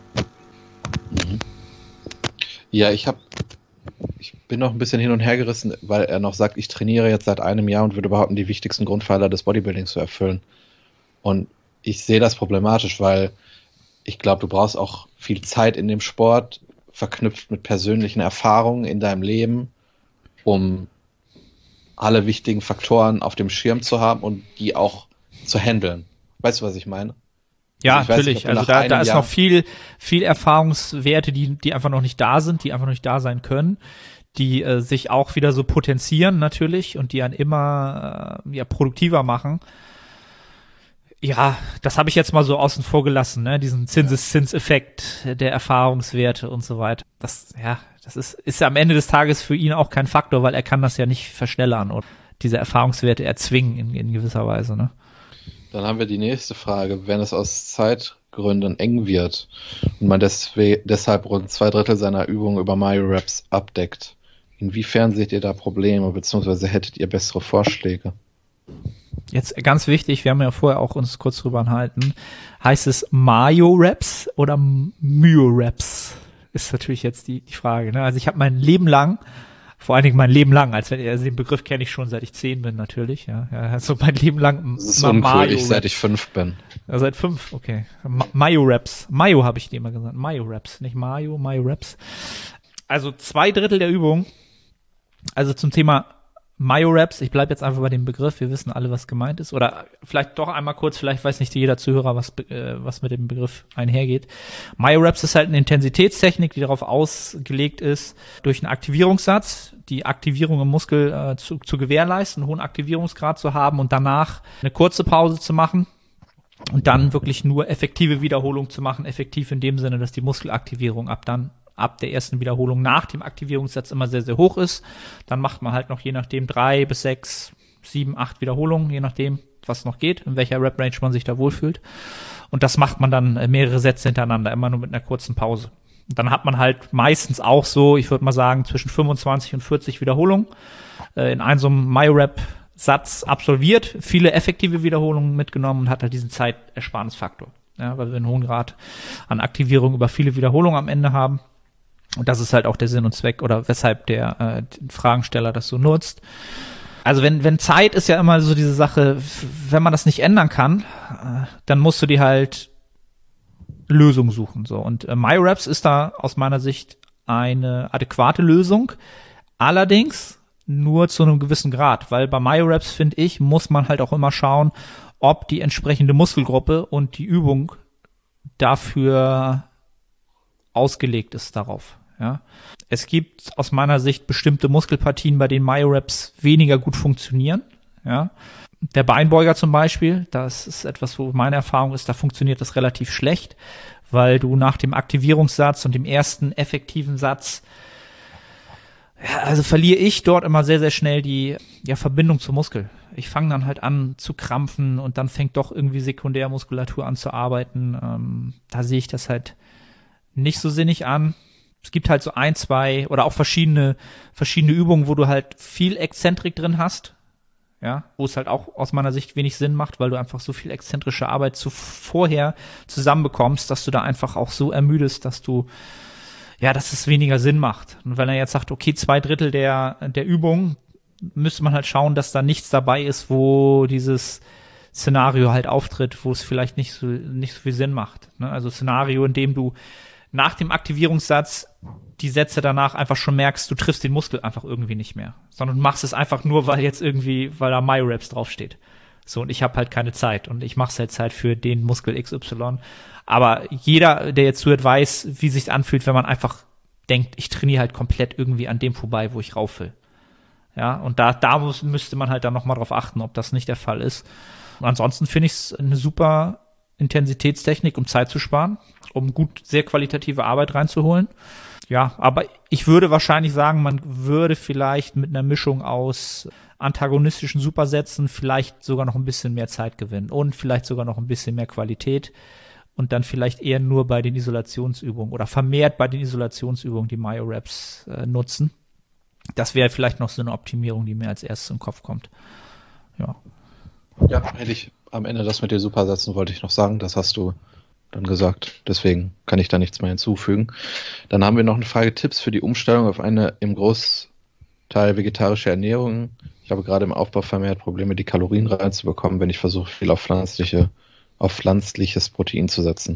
Ja, ich bin noch ein bisschen hin und her gerissen, weil er noch sagt, ich trainiere jetzt seit einem Jahr und würde behaupten, die wichtigsten Grundpfeiler des Bodybuildings zu erfüllen. Und ich sehe das problematisch, weil ich glaube, du brauchst auch viel Zeit in dem Sport, verknüpft mit persönlichen Erfahrungen in deinem Leben, um alle wichtigen Faktoren auf dem Schirm zu haben und die auch zu handeln. Weißt du, was ich meine? Ja, also natürlich. Also da ist noch viel Erfahrungswerte, die einfach noch nicht da sind, die einfach noch nicht da sein können, die sich auch wieder so potenzieren natürlich und die einen immer produktiver machen. Ja, das habe ich jetzt mal so außen vor gelassen, ne? Diesen Zinseszinseffekt der Erfahrungswerte und so weiter. Das ist am Ende des Tages für ihn auch kein Faktor, weil er kann das ja nicht verschnellern oder diese Erfahrungswerte erzwingen in gewisser Weise, ne? Dann haben wir die nächste Frage. Wenn es aus Zeitgründen eng wird und man deshalb rund 2/3 seiner Übungen über Myo-Reps abdeckt, inwiefern seht ihr da Probleme, beziehungsweise hättet ihr bessere Vorschläge? Jetzt ganz wichtig, wir haben ja vorher auch uns kurz drüber unterhalten, heißt es Myo-Reps oder Myo-Reps? Ist natürlich jetzt die Frage, ne? Also ich habe mein Leben lang, vor allen Dingen mein Leben lang, also den Begriff kenne ich schon seit ich 10 bin natürlich, ja, also mein Leben lang. Das ist uncool, seit ich 5 bin. Ja, seit 5, okay. Myo-Reps, Mayo habe ich dir immer gesagt, Myo-Reps, nicht Mayo, Myo-Reps. Also 2/3 der Übung, also zum Thema Myo-Reps, ich bleibe jetzt einfach bei dem Begriff, wir wissen alle, was gemeint ist. Oder vielleicht doch einmal kurz, vielleicht weiß nicht jeder Zuhörer, was mit dem Begriff einhergeht. Myo-Reps ist halt eine Intensitätstechnik, die darauf ausgelegt ist, durch einen Aktivierungssatz die Aktivierung im Muskel zu gewährleisten, einen hohen Aktivierungsgrad zu haben und danach eine kurze Pause zu machen und dann wirklich nur effektive Wiederholung zu machen. Effektiv in dem Sinne, dass die Muskelaktivierung ab der ersten Wiederholung nach dem Aktivierungssatz immer sehr, sehr hoch ist. Dann macht man halt noch je nachdem 3 bis 6, 7, 8 Wiederholungen, je nachdem, was noch geht, in welcher Rep-Range man sich da wohlfühlt. Und das macht man dann mehrere Sätze hintereinander, immer nur mit einer kurzen Pause. Und dann hat man halt meistens auch so, ich würde mal sagen, zwischen 25 und 40 Wiederholungen in einem so einem Myo-Rep-Satz absolviert, viele effektive Wiederholungen mitgenommen und hat halt diesen Zeitersparnisfaktor. Ja, weil wir einen hohen Grad an Aktivierung über viele Wiederholungen am Ende haben. Und das ist halt auch der Sinn und Zweck oder weshalb der Fragensteller das so nutzt. Also wenn Zeit ist ja immer so diese Sache, wenn man das nicht ändern kann, dann musst du dir halt Lösungen suchen. So. Und Myo-Reps ist da aus meiner Sicht eine adäquate Lösung. Allerdings nur zu einem gewissen Grad, weil bei Myo-Reps, finde ich, muss man halt auch immer schauen, ob die entsprechende Muskelgruppe und die Übung dafür ausgelegt ist darauf. Ja. Es gibt aus meiner Sicht bestimmte Muskelpartien, bei denen Myo-Reps weniger gut funktionieren. Ja. Der Beinbeuger zum Beispiel, das ist etwas, wo meine Erfahrung ist, da funktioniert das relativ schlecht, weil du nach dem Aktivierungssatz und dem ersten effektiven Satz, ja, also verliere ich dort immer sehr, sehr schnell die Verbindung zum Muskel. ich fange dann halt an zu krampfen und dann fängt doch irgendwie Sekundärmuskulatur an zu arbeiten. Da sehe ich das halt nicht so sinnig an. Es gibt halt so 1, 2 oder auch verschiedene Übungen, wo du halt viel Exzentrik drin hast. Ja, wo es halt auch aus meiner Sicht wenig Sinn macht, weil du einfach so viel exzentrische Arbeit vorher zusammenbekommst, dass du da einfach auch so ermüdest, dass es weniger Sinn macht. Und wenn er jetzt sagt, okay, 2/3 der Übung, müsste man halt schauen, dass da nichts dabei ist, wo dieses Szenario halt auftritt, wo es vielleicht nicht so viel Sinn macht. Ne? Also Szenario, in dem du nach dem Aktivierungssatz die Sätze danach einfach schon merkst, du triffst den Muskel einfach irgendwie nicht mehr, sondern du machst es einfach nur, weil da MyoReps draufsteht. So, und ich habe halt keine Zeit und ich mache es jetzt halt für den Muskel XY. Aber jeder, der jetzt zuhört, weiß, wie es sich anfühlt, wenn man einfach denkt, ich trainiere halt komplett irgendwie an dem vorbei, wo ich rauf will. Ja, und da müsste man halt dann nochmal drauf achten, ob das nicht der Fall ist. Und ansonsten finde ich es eine super Intensitätstechnik, um Zeit zu sparen, um gut sehr qualitative Arbeit reinzuholen. Ja, aber ich würde wahrscheinlich sagen, man würde vielleicht mit einer Mischung aus antagonistischen Supersätzen vielleicht sogar noch ein bisschen mehr Zeit gewinnen und vielleicht sogar noch ein bisschen mehr Qualität und dann vielleicht eher nur bei den Isolationsübungen oder vermehrt bei den Isolationsübungen die MyoReps nutzen. Das wäre vielleicht noch so eine Optimierung, die mir als erstes im Kopf kommt. Ja. Ja, hätte ich am Ende das mit den Supersätzen wollte ich noch sagen, das hast du dann gesagt. Deswegen kann ich da nichts mehr hinzufügen. Dann haben wir noch eine Frage: Tipps für die Umstellung auf eine im Großteil vegetarische Ernährung. Ich habe gerade im Aufbau vermehrt Probleme, die Kalorien reinzubekommen, wenn ich versuche, viel auf pflanzliches Protein zu setzen.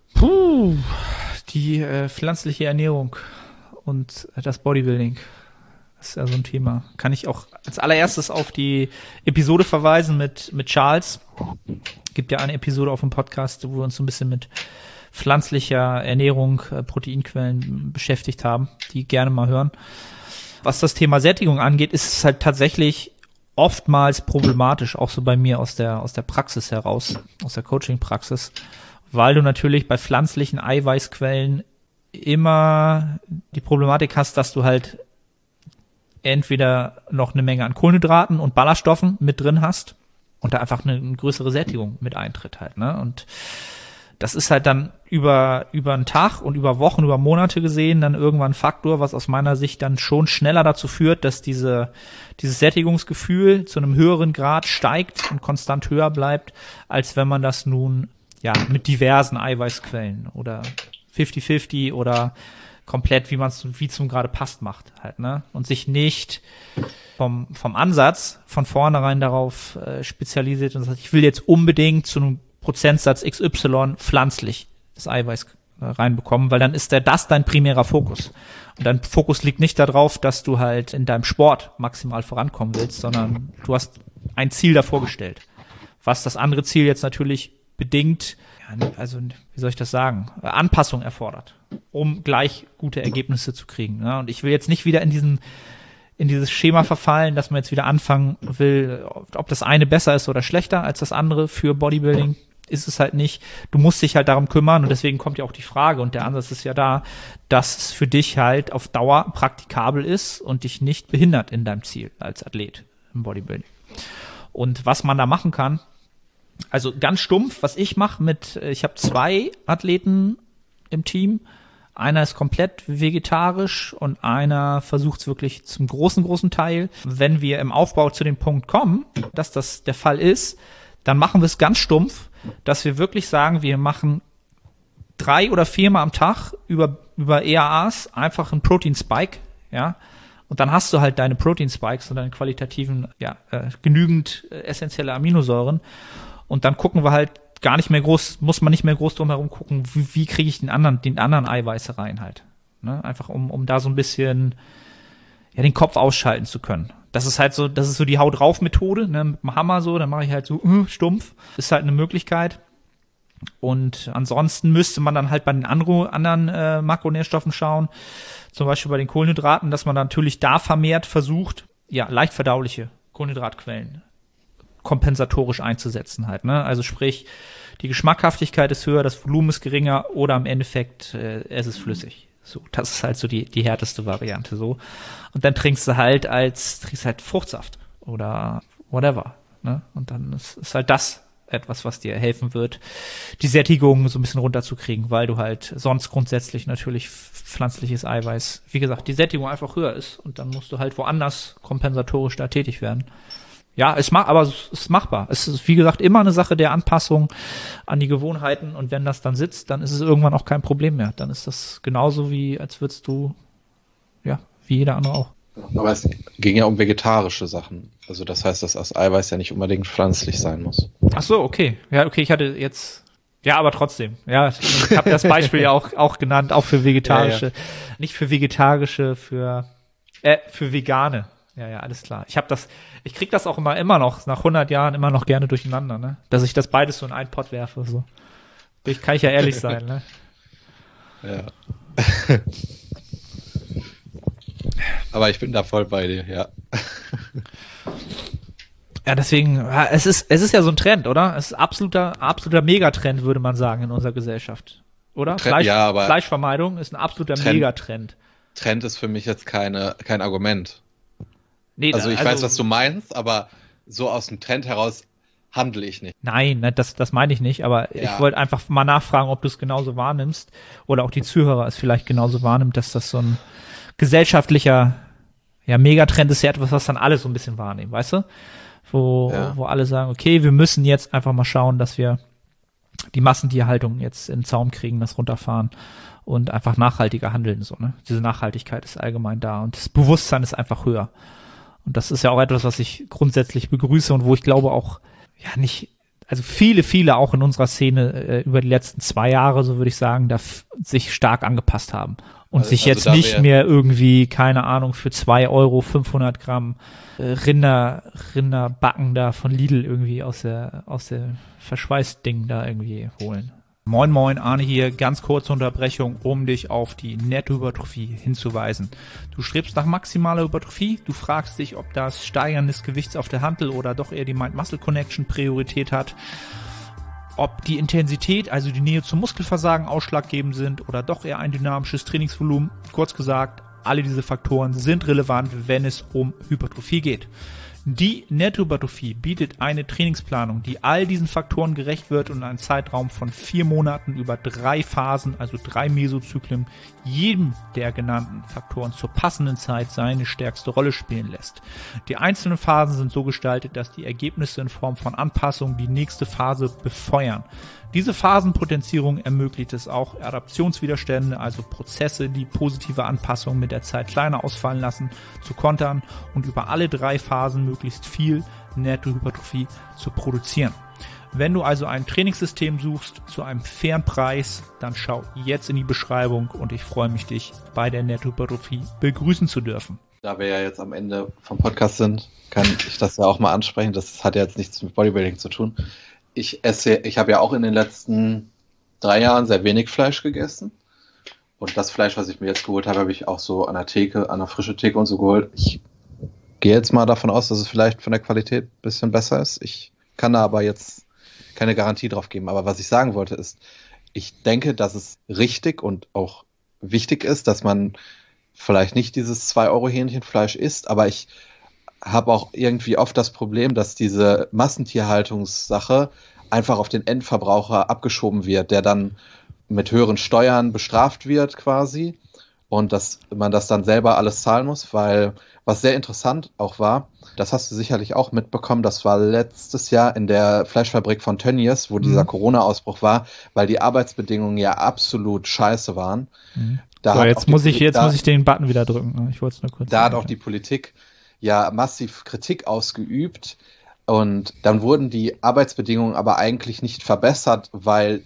Die pflanzliche Ernährung und das Bodybuilding. Das ist ja so ein Thema. Kann ich auch als allererstes auf die Episode verweisen mit Charles. Gibt ja eine Episode auf dem Podcast, wo wir uns so ein bisschen mit pflanzlicher Ernährung, Proteinquellen beschäftigt haben, die gerne mal hören. Was das Thema Sättigung angeht, ist es halt tatsächlich oftmals problematisch, auch so bei mir aus der Praxis heraus, aus der Coaching-Praxis, weil du natürlich bei pflanzlichen Eiweißquellen immer die Problematik hast, dass du halt entweder noch eine Menge an Kohlenhydraten und Ballaststoffen mit drin hast und da einfach eine größere Sättigung mit eintritt halt, ne? Und das ist halt dann über einen Tag und über Wochen, über Monate gesehen dann irgendwann ein Faktor, was aus meiner Sicht dann schon schneller dazu führt, dass dieses Sättigungsgefühl zu einem höheren Grad steigt und konstant höher bleibt, als wenn man das nun mit diversen Eiweißquellen oder 50-50 oder komplett, wie es zum gerade passt, macht halt, ne? Und sich nicht vom Ansatz von vornherein darauf spezialisiert und sagt, ich will jetzt unbedingt zu einem Prozentsatz XY pflanzlich das Eiweiß reinbekommen, weil dann ist das dein primärer Fokus. Und dein Fokus liegt nicht darauf, dass du halt in deinem Sport maximal vorankommen willst, sondern du hast ein Ziel davor gestellt. Was das andere Ziel jetzt natürlich bedingt, also wie soll ich das sagen, Anpassung erfordert, um gleich gute Ergebnisse zu kriegen. Ja? Und ich will jetzt nicht wieder in dieses Schema verfallen, dass man jetzt wieder anfangen will, ob das eine besser ist oder schlechter als das andere für Bodybuilding. Ist es halt nicht. Du musst dich halt darum kümmern und deswegen kommt ja auch die Frage und der Ansatz ist ja da, dass es für dich halt auf Dauer praktikabel ist und dich nicht behindert in deinem Ziel als Athlet im Bodybuilding. Und was man da machen kann, also ganz stumpf, was ich mache ich habe 2 Athleten im Team. Einer ist komplett vegetarisch und einer versucht es wirklich zum großen Teil. Wenn wir im Aufbau zu dem Punkt kommen, dass das der Fall ist, dann machen wir es ganz stumpf, dass wir wirklich sagen, wir machen 3 oder 4 Mal am Tag über EAAs einfach einen Protein Spike, ja. Und dann hast du halt deine Protein Spikes und deine qualitativen, genügend essentielle Aminosäuren. Und dann gucken wir halt muss man nicht mehr groß drum herum gucken, wie kriege ich den anderen Eiweiße rein halt. Ne? Einfach um da so ein bisschen den Kopf ausschalten zu können. Das ist so die Haut drauf Methode, ne? Mit dem Hammer so, dann mache ich halt so stumpf. Ist halt eine Möglichkeit. Und ansonsten müsste man dann halt bei den anderen Makronährstoffen schauen, zum Beispiel bei den Kohlenhydraten, dass man natürlich da vermehrt versucht, leicht verdauliche Kohlenhydratquellen kompensatorisch einzusetzen halt, ne? Also sprich, die Geschmackhaftigkeit ist höher, das Volumen ist geringer oder im Endeffekt es ist flüssig. So, das ist halt so die härteste Variante so. Und dann trinkst du halt Fruchtsaft oder whatever. Ne? Und dann ist halt das etwas, was dir helfen wird, die Sättigung so ein bisschen runterzukriegen, weil du halt sonst grundsätzlich natürlich pflanzliches Eiweiß, wie gesagt, die Sättigung einfach höher ist und dann musst du halt woanders kompensatorisch da tätig werden. Ja, aber es ist machbar. Es ist, wie gesagt, immer eine Sache der Anpassung an die Gewohnheiten und wenn das dann sitzt, dann ist es irgendwann auch kein Problem mehr. Dann ist das genauso wie, als würdest du, ja, wie jeder andere auch. Aber es ging ja um vegetarische Sachen. Also das heißt, dass das Eiweiß ja nicht unbedingt pflanzlich sein muss. Ach so, okay. Ja, okay, ich hatte jetzt, ja, aber trotzdem. Ja, ich habe das Beispiel ja auch genannt, auch für vegetarische, ja. Nicht für vegetarische, für vegane. Ja, alles klar. Ich krieg das auch immer noch, nach 100 Jahren immer noch gerne durcheinander, ne? Dass ich das beides so in einen Pott werfe, so. Kann ich ja ehrlich sein, ne? Ja. Aber ich bin da voll bei dir, ja. Ja, deswegen, es ist ja so ein Trend, oder? Es ist absoluter Megatrend, würde man sagen, in unserer Gesellschaft. Oder? Aber Fleischvermeidung ist ein absoluter Megatrend. Trend ist für mich jetzt kein Argument. Nee, also ich weiß, was du meinst, aber so aus dem Trend heraus handle ich nicht. Nein, das meine ich nicht, aber ja. Ich wollte einfach mal nachfragen, ob du es genauso wahrnimmst oder auch die Zuhörer es vielleicht genauso wahrnimmt, dass das so ein gesellschaftlicher Megatrend ist ja etwas, was dann alle so ein bisschen wahrnehmen, weißt du? Wo alle sagen, okay, wir müssen jetzt einfach mal schauen, dass wir die Massentierhaltung jetzt in den Zaum kriegen, das runterfahren und einfach nachhaltiger handeln, so, ne? Diese Nachhaltigkeit ist allgemein da und das Bewusstsein ist einfach höher. Und das ist ja auch etwas, was ich grundsätzlich begrüße und wo ich glaube auch, viele auch in unserer Szene über die letzten 2 Jahre, so würde ich sagen, da sich stark angepasst haben. Und sich jetzt nicht mehr irgendwie, keine Ahnung, für 2 Euro 500 Gramm Rinderbacken da von Lidl irgendwie aus der Verschweißding da irgendwie holen. Moin, Arne hier, ganz kurze Unterbrechung, um dich auf die Nettohypertrophie hinzuweisen. Du strebst nach maximaler Hypertrophie, du fragst dich, ob das Steigern des Gewichts auf der Hantel oder doch eher die Mind-Muscle-Connection Priorität hat, ob die Intensität, also die Nähe zum Muskelversagen ausschlaggebend sind oder doch eher ein dynamisches Trainingsvolumen. Kurz gesagt, alle diese Faktoren sind relevant, wenn es um Hypertrophie geht. Die Nettohypertrophie bietet eine Trainingsplanung, die all diesen Faktoren gerecht wird und in einem Zeitraum von 4 Monaten über 3 Phasen, also 3 Mesozyklen, jedem der genannten Faktoren zur passenden Zeit seine stärkste Rolle spielen lässt. Die einzelnen Phasen sind so gestaltet, dass die Ergebnisse in Form von Anpassungen die nächste Phase befeuern. Diese Phasenpotenzierung ermöglicht es auch, Adaptionswiderstände, also Prozesse, die positive Anpassungen mit der Zeit kleiner ausfallen lassen, zu kontern und über alle 3 Phasen möglichst viel Nettohypertrophie zu produzieren. Wenn du also ein Trainingssystem suchst zu einem fairen Preis, dann schau jetzt in die Beschreibung und ich freue mich, dich bei der Nettohypertrophie begrüßen zu dürfen. Da wir ja jetzt am Ende vom Podcast sind, kann ich das ja auch mal ansprechen. Das hat ja jetzt nichts mit Bodybuilding zu tun. Ich habe ja auch in den letzten 3 Jahren sehr wenig Fleisch gegessen. Und das Fleisch, was ich mir jetzt geholt habe, habe ich auch so an der frischen Theke und so geholt. Ich gehe jetzt mal davon aus, dass es vielleicht von der Qualität ein bisschen besser ist. Ich kann da aber jetzt keine Garantie drauf geben. Aber was ich sagen wollte ist, ich denke, dass es richtig und auch wichtig ist, dass man vielleicht nicht dieses 2-Euro-Hähnchenfleisch isst, aber ich habe auch irgendwie oft das Problem, dass diese Massentierhaltungssache einfach auf den Endverbraucher abgeschoben wird, der dann mit höheren Steuern bestraft wird quasi und dass man das dann selber alles zahlen muss, weil was sehr interessant auch war, das hast du sicherlich auch mitbekommen, das war letztes Jahr in der Fleischfabrik von Tönnies, wo dieser Corona-Ausbruch war, weil die Arbeitsbedingungen ja absolut scheiße waren. So, jetzt muss ich den Button wieder drücken. Ich wollte es nur kurz sagen. Da hat auch die Politik ja massiv Kritik ausgeübt und dann wurden die Arbeitsbedingungen aber eigentlich nicht verbessert, weil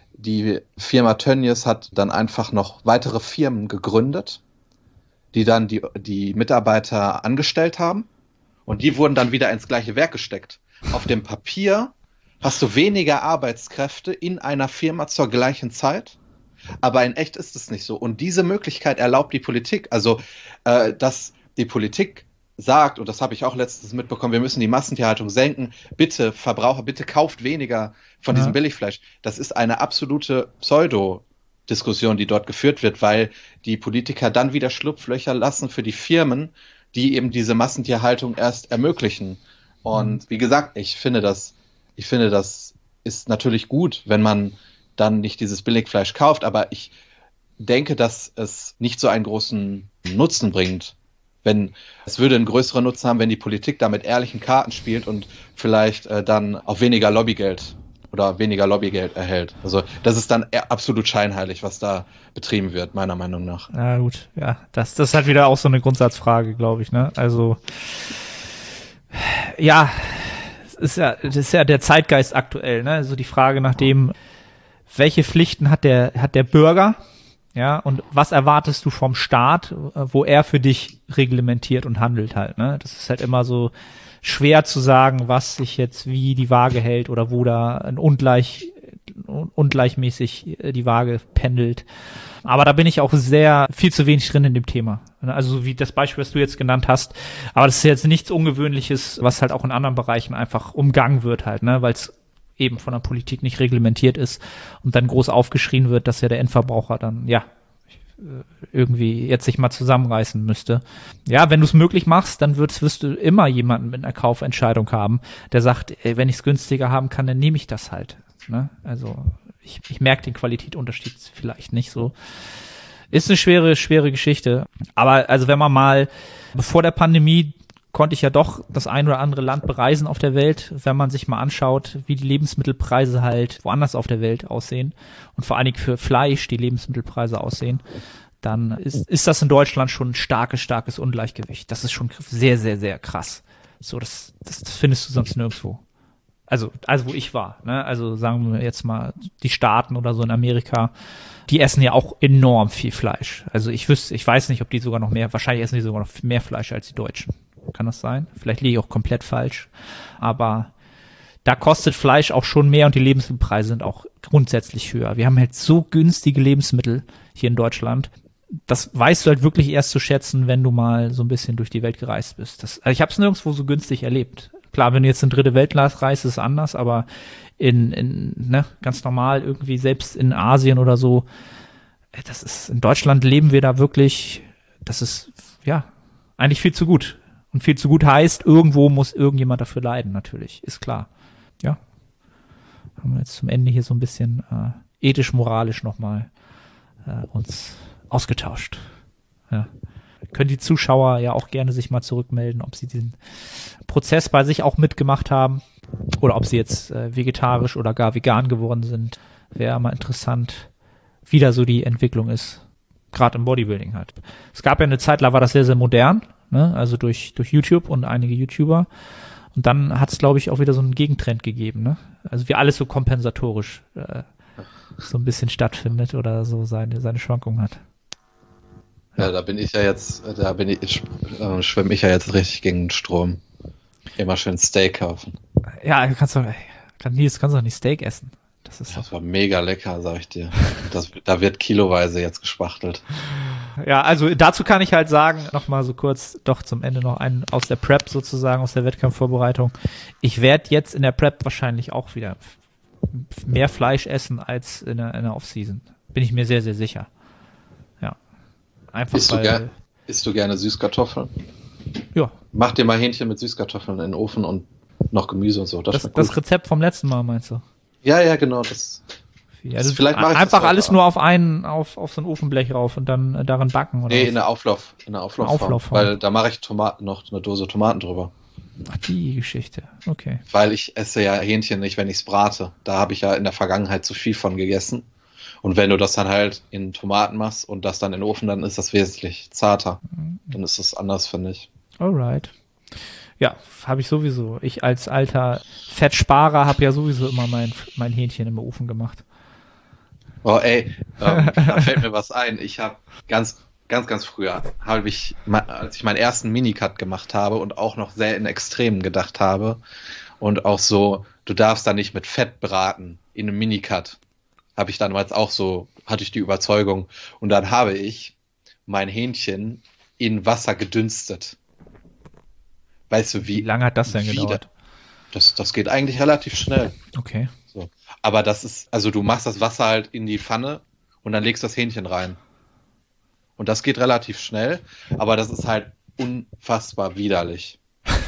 die Firma Tönnies hat dann einfach noch weitere Firmen gegründet, die dann die Mitarbeiter angestellt haben und die wurden dann wieder ins gleiche Werk gesteckt. Auf dem Papier hast du weniger Arbeitskräfte in einer Firma zur gleichen Zeit, aber in echt ist es nicht so. Und diese Möglichkeit erlaubt die Politik, also dass die Politik sagt, und das habe ich auch letztens mitbekommen, wir müssen die Massentierhaltung senken, bitte Verbraucher, bitte kauft weniger von diesem Billigfleisch. Das ist eine absolute Pseudo-Diskussion, die dort geführt wird, weil die Politiker dann wieder Schlupflöcher lassen für die Firmen, die eben diese Massentierhaltung erst ermöglichen. Und wie gesagt, ich finde, das ist natürlich gut, wenn man dann nicht dieses Billigfleisch kauft, aber ich denke, dass es nicht so einen großen Nutzen bringt. Es würde einen größeren Nutzen haben, wenn die Politik da mit ehrlichen Karten spielt und vielleicht dann auch weniger Lobbygeld erhält. Also das ist dann absolut scheinheilig, was da betrieben wird, meiner Meinung nach. Na gut, ja, das ist halt wieder auch so eine Grundsatzfrage, glaube ich, ne? Also ja, das ist ja der Zeitgeist aktuell, ne? Also die Frage nach dem, welche Pflichten hat der Bürger, ja, und was erwartest du vom Staat, wo er für dich reglementiert und handelt halt, ne? Das ist halt immer so schwer zu sagen, was sich jetzt wie die Waage hält oder wo da ein ungleichmäßig die Waage pendelt. Aber da bin ich auch viel zu wenig drin in dem Thema. Also wie das Beispiel, was du jetzt genannt hast. Aber das ist jetzt nichts Ungewöhnliches, was halt auch in anderen Bereichen einfach umgangen wird halt, ne, weil es eben von der Politik nicht reglementiert ist und dann groß aufgeschrien wird, dass ja der Endverbraucher dann, ja, irgendwie jetzt sich mal zusammenreißen müsste. Ja, wenn du es möglich machst, dann wirst du immer jemanden mit einer Kaufentscheidung haben, der sagt, ey, wenn ich es günstiger haben kann, dann nehme ich das halt. Ne? Also ich merke den Qualitätsunterschied vielleicht nicht so. Ist eine schwere Geschichte. Aber also wenn man mal, bevor der Pandemie konnte ich ja doch das ein oder andere Land bereisen auf der Welt, wenn man sich mal anschaut, wie die Lebensmittelpreise halt woanders auf der Welt aussehen und vor allen Dingen für Fleisch die Lebensmittelpreise aussehen, dann ist das in Deutschland schon ein starkes Ungleichgewicht. Das ist schon sehr, sehr, sehr krass. So, das findest du sonst nirgendwo. Also wo ich war, ne? Also sagen wir jetzt mal die Staaten oder so in Amerika, die essen ja auch enorm viel Fleisch. Also ich weiß nicht, ob die sogar noch mehr, wahrscheinlich essen die sogar noch mehr Fleisch als die Deutschen. Kann das sein? Vielleicht liege ich auch komplett falsch. Aber da kostet Fleisch auch schon mehr und die Lebensmittelpreise sind auch grundsätzlich höher. Wir haben halt so günstige Lebensmittel hier in Deutschland. Das weißt du halt wirklich erst zu schätzen, wenn du mal so ein bisschen durch die Welt gereist bist. Also ich habe es nirgendwo so günstig erlebt. Klar, wenn du jetzt in dritte Weltland reist, ist es anders, aber ganz normal irgendwie, selbst in Asien oder so, das ist, in Deutschland leben wir da wirklich, das ist, ja, eigentlich viel zu gut. Und viel zu gut heißt, irgendwo muss irgendjemand dafür leiden, natürlich, ist klar. Ja. Haben wir jetzt zum Ende hier so ein bisschen ethisch-moralisch nochmal uns ausgetauscht. Ja. Können die Zuschauer ja auch gerne sich mal zurückmelden, ob sie diesen Prozess bei sich auch mitgemacht haben oder ob sie jetzt vegetarisch oder gar vegan geworden sind. Wäre mal interessant, wie da so die Entwicklung ist, gerade im Bodybuilding halt. Es gab ja eine Zeit, da war das sehr, sehr modern, ne? Also durch YouTube und einige YouTuber. Und dann hat es, glaube ich, auch wieder so einen Gegentrend gegeben, ne? Also wie alles so kompensatorisch so ein bisschen stattfindet oder so seine Schwankungen hat. Ja, schwimme ich ja jetzt richtig gegen den Strom. Immer schön Steak kaufen. Ja, kannst du doch nicht Steak essen. Das war mega lecker, sag ich dir. Da wird kiloweise jetzt gespachtelt. Ja, also dazu kann ich halt sagen, nochmal so kurz, doch zum Ende noch einen aus der Prep sozusagen, aus der Wettkampfvorbereitung. Ich werde jetzt in der Prep wahrscheinlich auch wieder mehr Fleisch essen als in der Off-Season. Bin ich mir sehr, sehr sicher. Ja. Einfach isst du gerne Süßkartoffeln? Ja. Mach dir mal Hähnchen mit Süßkartoffeln in den Ofen und noch Gemüse und so. Das Rezept vom letzten Mal, meinst du? Ja, genau. Also vielleicht einfach alles nur auf so ein Ofenblech rauf und dann darin backen, oder? Nee, in der Auflaufform. Weil da mache ich noch eine Dose Tomaten drüber. Ach, die Geschichte. Okay. Weil ich esse ja Hähnchen nicht, wenn ich es brate. Da habe ich ja in der Vergangenheit zu viel von gegessen. Und wenn du das dann halt in Tomaten machst und das dann in den Ofen, dann ist das wesentlich zarter. Dann ist es anders, finde ich. Alright. Ja, habe ich sowieso. Ich als alter Fettsparer habe ja sowieso immer mein Hähnchen im Ofen gemacht. Oh ey, da fällt mir was ein. Ich habe ganz früher, als ich meinen ersten Minicut gemacht habe und auch noch sehr in Extremen gedacht habe und auch so, du darfst da nicht mit Fett braten in einem Minicut. Habe ich damals auch so, hatte ich die Überzeugung. Und dann habe ich mein Hähnchen in Wasser gedünstet. Weißt du, wie lange hat das denn gedauert? Das geht eigentlich relativ schnell. Okay. So. Aber du machst das Wasser halt in die Pfanne und dann legst das Hähnchen rein. Und das geht relativ schnell, aber das ist halt unfassbar widerlich.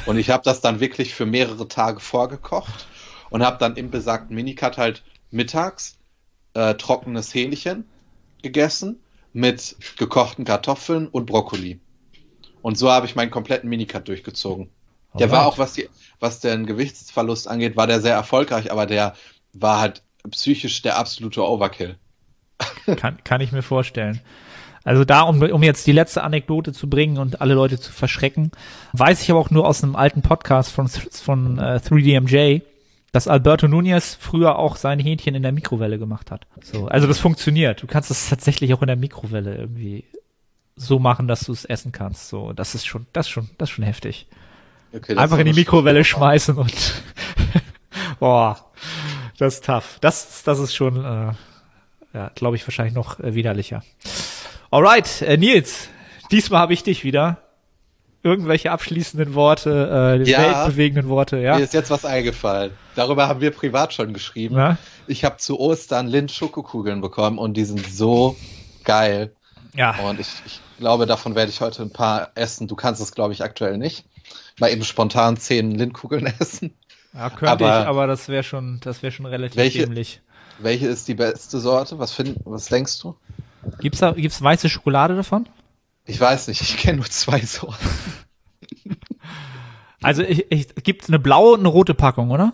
Und ich habe das dann wirklich für mehrere Tage vorgekocht und habe dann im besagten Minicut halt mittags trockenes Hähnchen gegessen mit gekochten Kartoffeln und Brokkoli. Und so habe ich meinen kompletten Minicut durchgezogen. Der war auch, was den Gewichtsverlust angeht, war der sehr erfolgreich, aber der war halt psychisch der absolute Overkill. Kann ich mir vorstellen. Also da, um jetzt die letzte Anekdote zu bringen und alle Leute zu verschrecken, weiß ich aber auch nur aus einem alten Podcast von 3DMJ, dass Alberto Núñez früher auch seine Hähnchen in der Mikrowelle gemacht hat. So, also das funktioniert. Du kannst das tatsächlich auch in der Mikrowelle irgendwie so machen, dass du es essen kannst. So, das ist schon heftig. Okay, einfach in die Mikrowelle schmeißen und boah, das ist tough. Das ist schon, glaube ich, wahrscheinlich noch widerlicher. Alright, Nils, diesmal habe ich dich wieder. Irgendwelche abschließenden Worte, weltbewegenden Worte, ja? Mir ist jetzt was eingefallen. Darüber haben wir privat schon geschrieben. Na? Ich habe zu Ostern Lindt-Schokokugeln bekommen und die sind so geil. Ja. Und ich glaube, davon werde ich heute ein paar essen. Du kannst es, glaube ich, aktuell nicht. Mal eben spontan 10 Lindkugeln essen. Ja, könnte ich, aber das wäre schon relativ dämlich. Welche ist die beste Sorte? Was denkst du? Gibt's weiße Schokolade davon? Ich weiß nicht, ich kenne nur 2 Sorten. Also gibt's eine blaue und eine rote Packung, oder?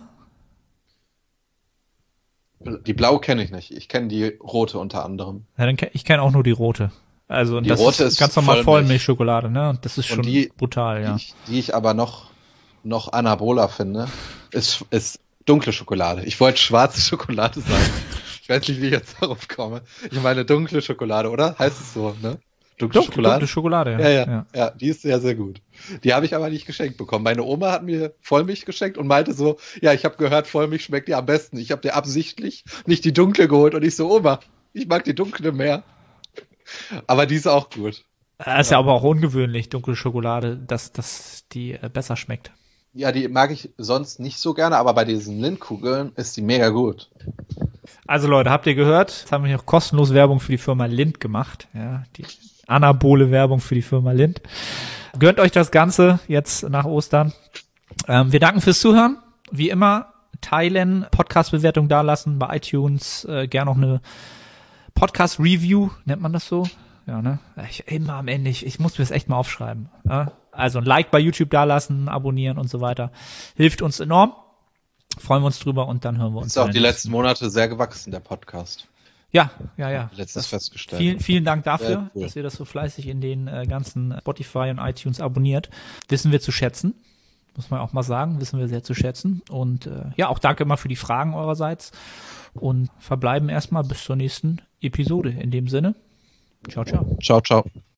Die blaue kenne ich nicht. Ich kenne die rote unter anderem. Ja, ich kenne auch nur die rote. Also die das rote ist ganz normal Vollmilchschokolade, ne? Und das ist schon brutal, ja. Die ich aber noch anaboler finde, ist dunkle Schokolade. Ich wollte schwarze Schokolade sagen. Ich weiß nicht, wie ich jetzt darauf komme. Ich meine dunkle Schokolade, oder? Heißt es so, ne? Dunkle Schokolade, ja, die ist sehr, sehr gut. Die habe ich aber nicht geschenkt bekommen. Meine Oma hat mir Vollmilch geschenkt und meinte so, ja, ich habe gehört, Vollmilch schmeckt dir am besten. Ich habe dir absichtlich nicht die dunkle geholt und ich so, Oma, ich mag die dunkle mehr. Aber die ist auch gut. Das ist ja aber auch ungewöhnlich, dunkle Schokolade, dass die besser schmeckt. Ja, die mag ich sonst nicht so gerne, aber bei diesen Lindt-Kugeln ist die mega gut. Also Leute, habt ihr gehört? Jetzt haben wir noch kostenlos Werbung für die Firma Lindt gemacht. Ja, die anabole Werbung für die Firma Lindt. Gönnt euch das Ganze jetzt nach Ostern. Wir danken fürs Zuhören. Wie immer, teilen, Podcast-Bewertung dalassen bei iTunes, gerne noch eine Podcast-Review, nennt man das so? Ja, ne? Immer am Ende, ich muss mir das echt mal aufschreiben. Ja? Also ein Like bei YouTube dalassen, abonnieren und so weiter. Hilft uns enorm. Freuen wir uns drüber und dann hören wir uns. Ist auch die letzten Monate sehr gewachsen, der Podcast. Ja. Letztes festgestellt. Vielen Dank dafür, cool, dass ihr das so fleißig in den ganzen Spotify und iTunes abonniert. Wissen wir zu schätzen. Muss man auch mal sagen, wissen wir sehr zu schätzen. Und auch danke immer für die Fragen eurerseits. Und verbleiben erstmal bis zur nächsten Episode. In dem Sinne, ciao, ciao. Ciao, ciao.